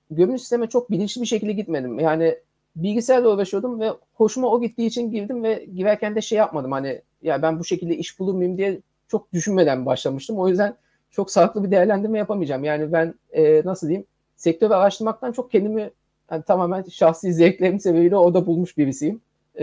gömülü sisteme çok bilinçli bir şekilde gitmedim. Yani bilgisayarla uğraşıyordum ve hoşuma o gittiği için girdim ve girerken de şey yapmadım. Hani ya ben bu şekilde iş bulur muyum diye çok düşünmeden başlamıştım. O yüzden çok sağlıklı bir değerlendirme yapamayacağım. Yani ben e, nasıl diyeyim, sektörü araştırmaktan çok kendimi yani tamamen şahsi zevklerim sebebiyle orada bulmuş birisiyim.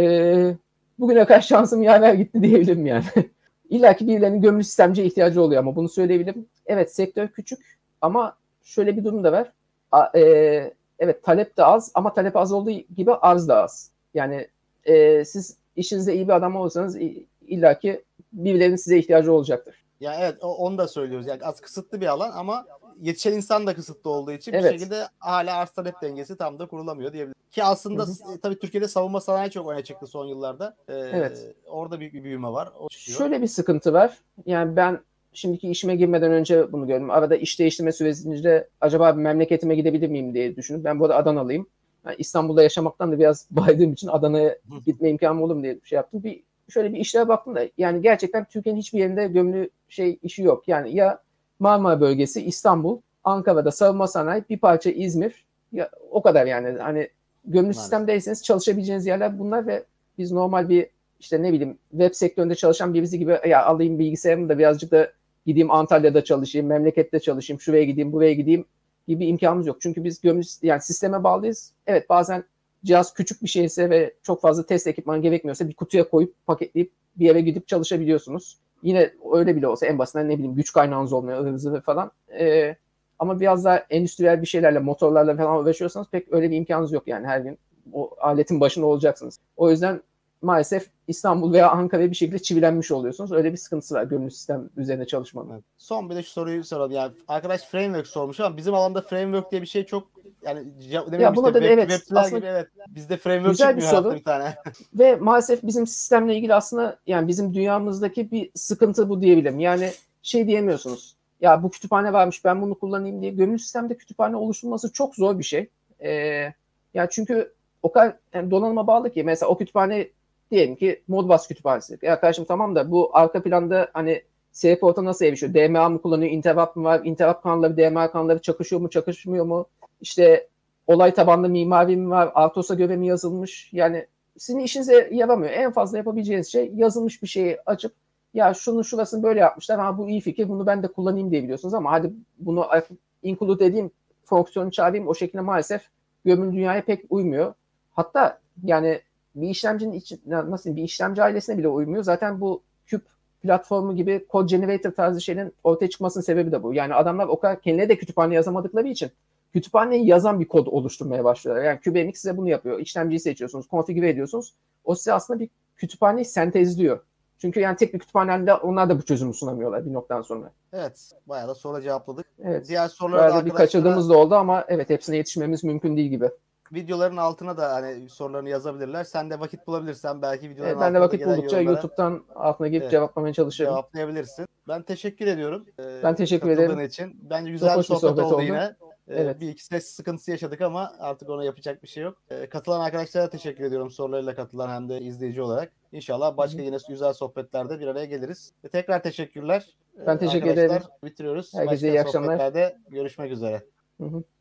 E, bugüne kadar şansım yaver gitti diyebilirim yani. İlla ki birilerinin gömülü sistemciye ihtiyacı oluyor ama bunu söyleyebilirim. Evet, sektör küçük ama şöyle bir durum da var. A, e, evet, talep de az ama talep az olduğu gibi arz da az. Yani e, siz işinizde iyi bir adam olursanız illa ki birilerinin size ihtiyacı olacaktır. Ya evet, onu da söylüyoruz. Yani az kısıtlı bir alan ama yetişen insan da kısıtlı olduğu için evet. bir şekilde hala arz talep dengesi tam da kurulamıyor diyebiliriz. Ki aslında hı hı. tabii Türkiye'de savunma sanayi çok öne çıktı son yıllarda. Ee, evet. Orada büyük bir büyüme var. O Şöyle bir sıkıntı var. Yani ben şimdiki işime girmeden önce bunu gördüm. Arada iş değiştirme sürecinde acaba bir memleketime gidebilir miyim diye düşündüm. Ben bu arada Adanalıyım. Yani İstanbul'da yaşamaktan da biraz baydığım için Adana'ya gitme imkanım olur mu diye bir şey yaptım. Bir şöyle bir işlere baktım da yani gerçekten Türkiye'nin hiçbir yerinde gömülü şey işi yok. Yani ya Marmara bölgesi, İstanbul, Ankara'da savunma sanayi, bir parça İzmir. Ya o kadar yani. Hani gömülü sistemdeyseniz çalışabileceğiniz yerler bunlar ve biz normal bir işte ne bileyim web sektöründe çalışan birisi gibi ya alayım bilgisayarımı da birazcık da gideyim Antalya'da çalışayım, memlekette çalışayım, şuraya gideyim, buraya gideyim gibi imkanımız yok. Çünkü biz gömülü yani sisteme bağlıyız. Evet, bazen cihaz küçük bir şeyse ve çok fazla test ekipmanı gerekmiyorsa bir kutuya koyup paketleyip bir yere gidip çalışabiliyorsunuz. Yine öyle bile olsa en basitinden ne bileyim güç kaynağınız olmuyor, hızlı falan. Ee, ama biraz daha endüstriyel bir şeylerle, motorlarla falan uğraşıyorsanız pek öyle bir imkanınız yok yani her gün o aletin başında olacaksınız. O yüzden maalesef İstanbul veya Ankara'ya bir şekilde çivilenmiş oluyorsunuz. Öyle bir sıkıntısı var gömülü sistem üzerine çalışmanın. Evet. Son bir de şu soruyu soralım. Yani arkadaş framework sormuş ama bizim alanda framework diye bir şey çok yani ya buna işte, da web, evet, webler gibi evet. Bizde framework güzel çıkmıyor bir soru. bir tane. Ve maalesef bizim sistemle ilgili aslında yani bizim dünyamızdaki bir sıkıntı bu diyebilirim. Yani şey diyemiyorsunuz. Ya bu kütüphane varmış ben bunu kullanayım diye. Gömülü sistemde kütüphane oluşturulması çok zor bir şey. Ee, yani çünkü o kadar yani donanıma bağlı ki mesela o kütüphane diyelim ki Modbus kütüphanesi. Ya kardeşim tamam da bu arka planda hani S port'a nasıl erişiyor? D M A mı kullanıyor? Interrupt mı var? Interrupt kanalları, D M A kanalları çakışıyor mu? Çakışmıyor mu? İşte olay tabanlı mimari mi var? Artos'a göre mi yazılmış? Yani sizin işinize yaramıyor. En fazla yapabileceğiniz şey yazılmış bir şeyi açıp ya şunu şurasını böyle yapmışlar. Ha bu iyi fikir. Bunu ben de kullanayım diyebiliyorsunuz ama hadi bunu include dediğim fonksiyonu çağırayım o şekilde maalesef gömülü dünyaya pek uymuyor. Hatta yani bir işlemcinin için nasıl diyeyim, bir işlemci ailesine bile uymuyor. Zaten bu küp platformu gibi code generator tarzı şeylerin ortaya çıkmasının sebebi de bu. Yani adamlar o kadar kendileri de kütüphane yazamadıkları için kütüphaneyi yazan bir kod oluşturmaya başlıyorlar. Yani KubeMX size bunu yapıyor. İşlemciyi seçiyorsunuz, konfigüre ediyorsunuz. O size aslında bir kütüphaneyi sentezliyor. Çünkü yani tek bir kütüphanede onlar da bu çözümü sunamıyorlar bir noktadan sonra. Evet. Bayağı da soru cevapladık. Evet. Diğer soruları bayağı da da arkadaşlara... bir kaçırdığımız da oldu ama evet hepsine yetişmemiz mümkün değil gibi. Videoların altına da hani sorularını yazabilirler. Sen de vakit bulabilirsen belki videoların evet, ben de altına vakit buldukça yorumlara... YouTube'dan altına girip evet, cevaplamaya çalışırım. Cevaplayabilirsin. Ben teşekkür ediyorum. E, ben teşekkür ederim. için. Bence güzel bir sohbet, sohbet oldu, oldu yine. Evet. Bir iki ses sıkıntısı yaşadık ama artık ona yapacak bir şey yok. Katılan arkadaşlara teşekkür ediyorum. Sorularıyla katılan hem de izleyici olarak. İnşallah başka Hı-hı. yine güzel sohbetlerde bir araya geliriz. Tekrar teşekkürler. Ben teşekkür ederim. Bitiriyoruz. Herkese başka iyi akşamlar. Sohbetlerde görüşmek üzere. Hı hı.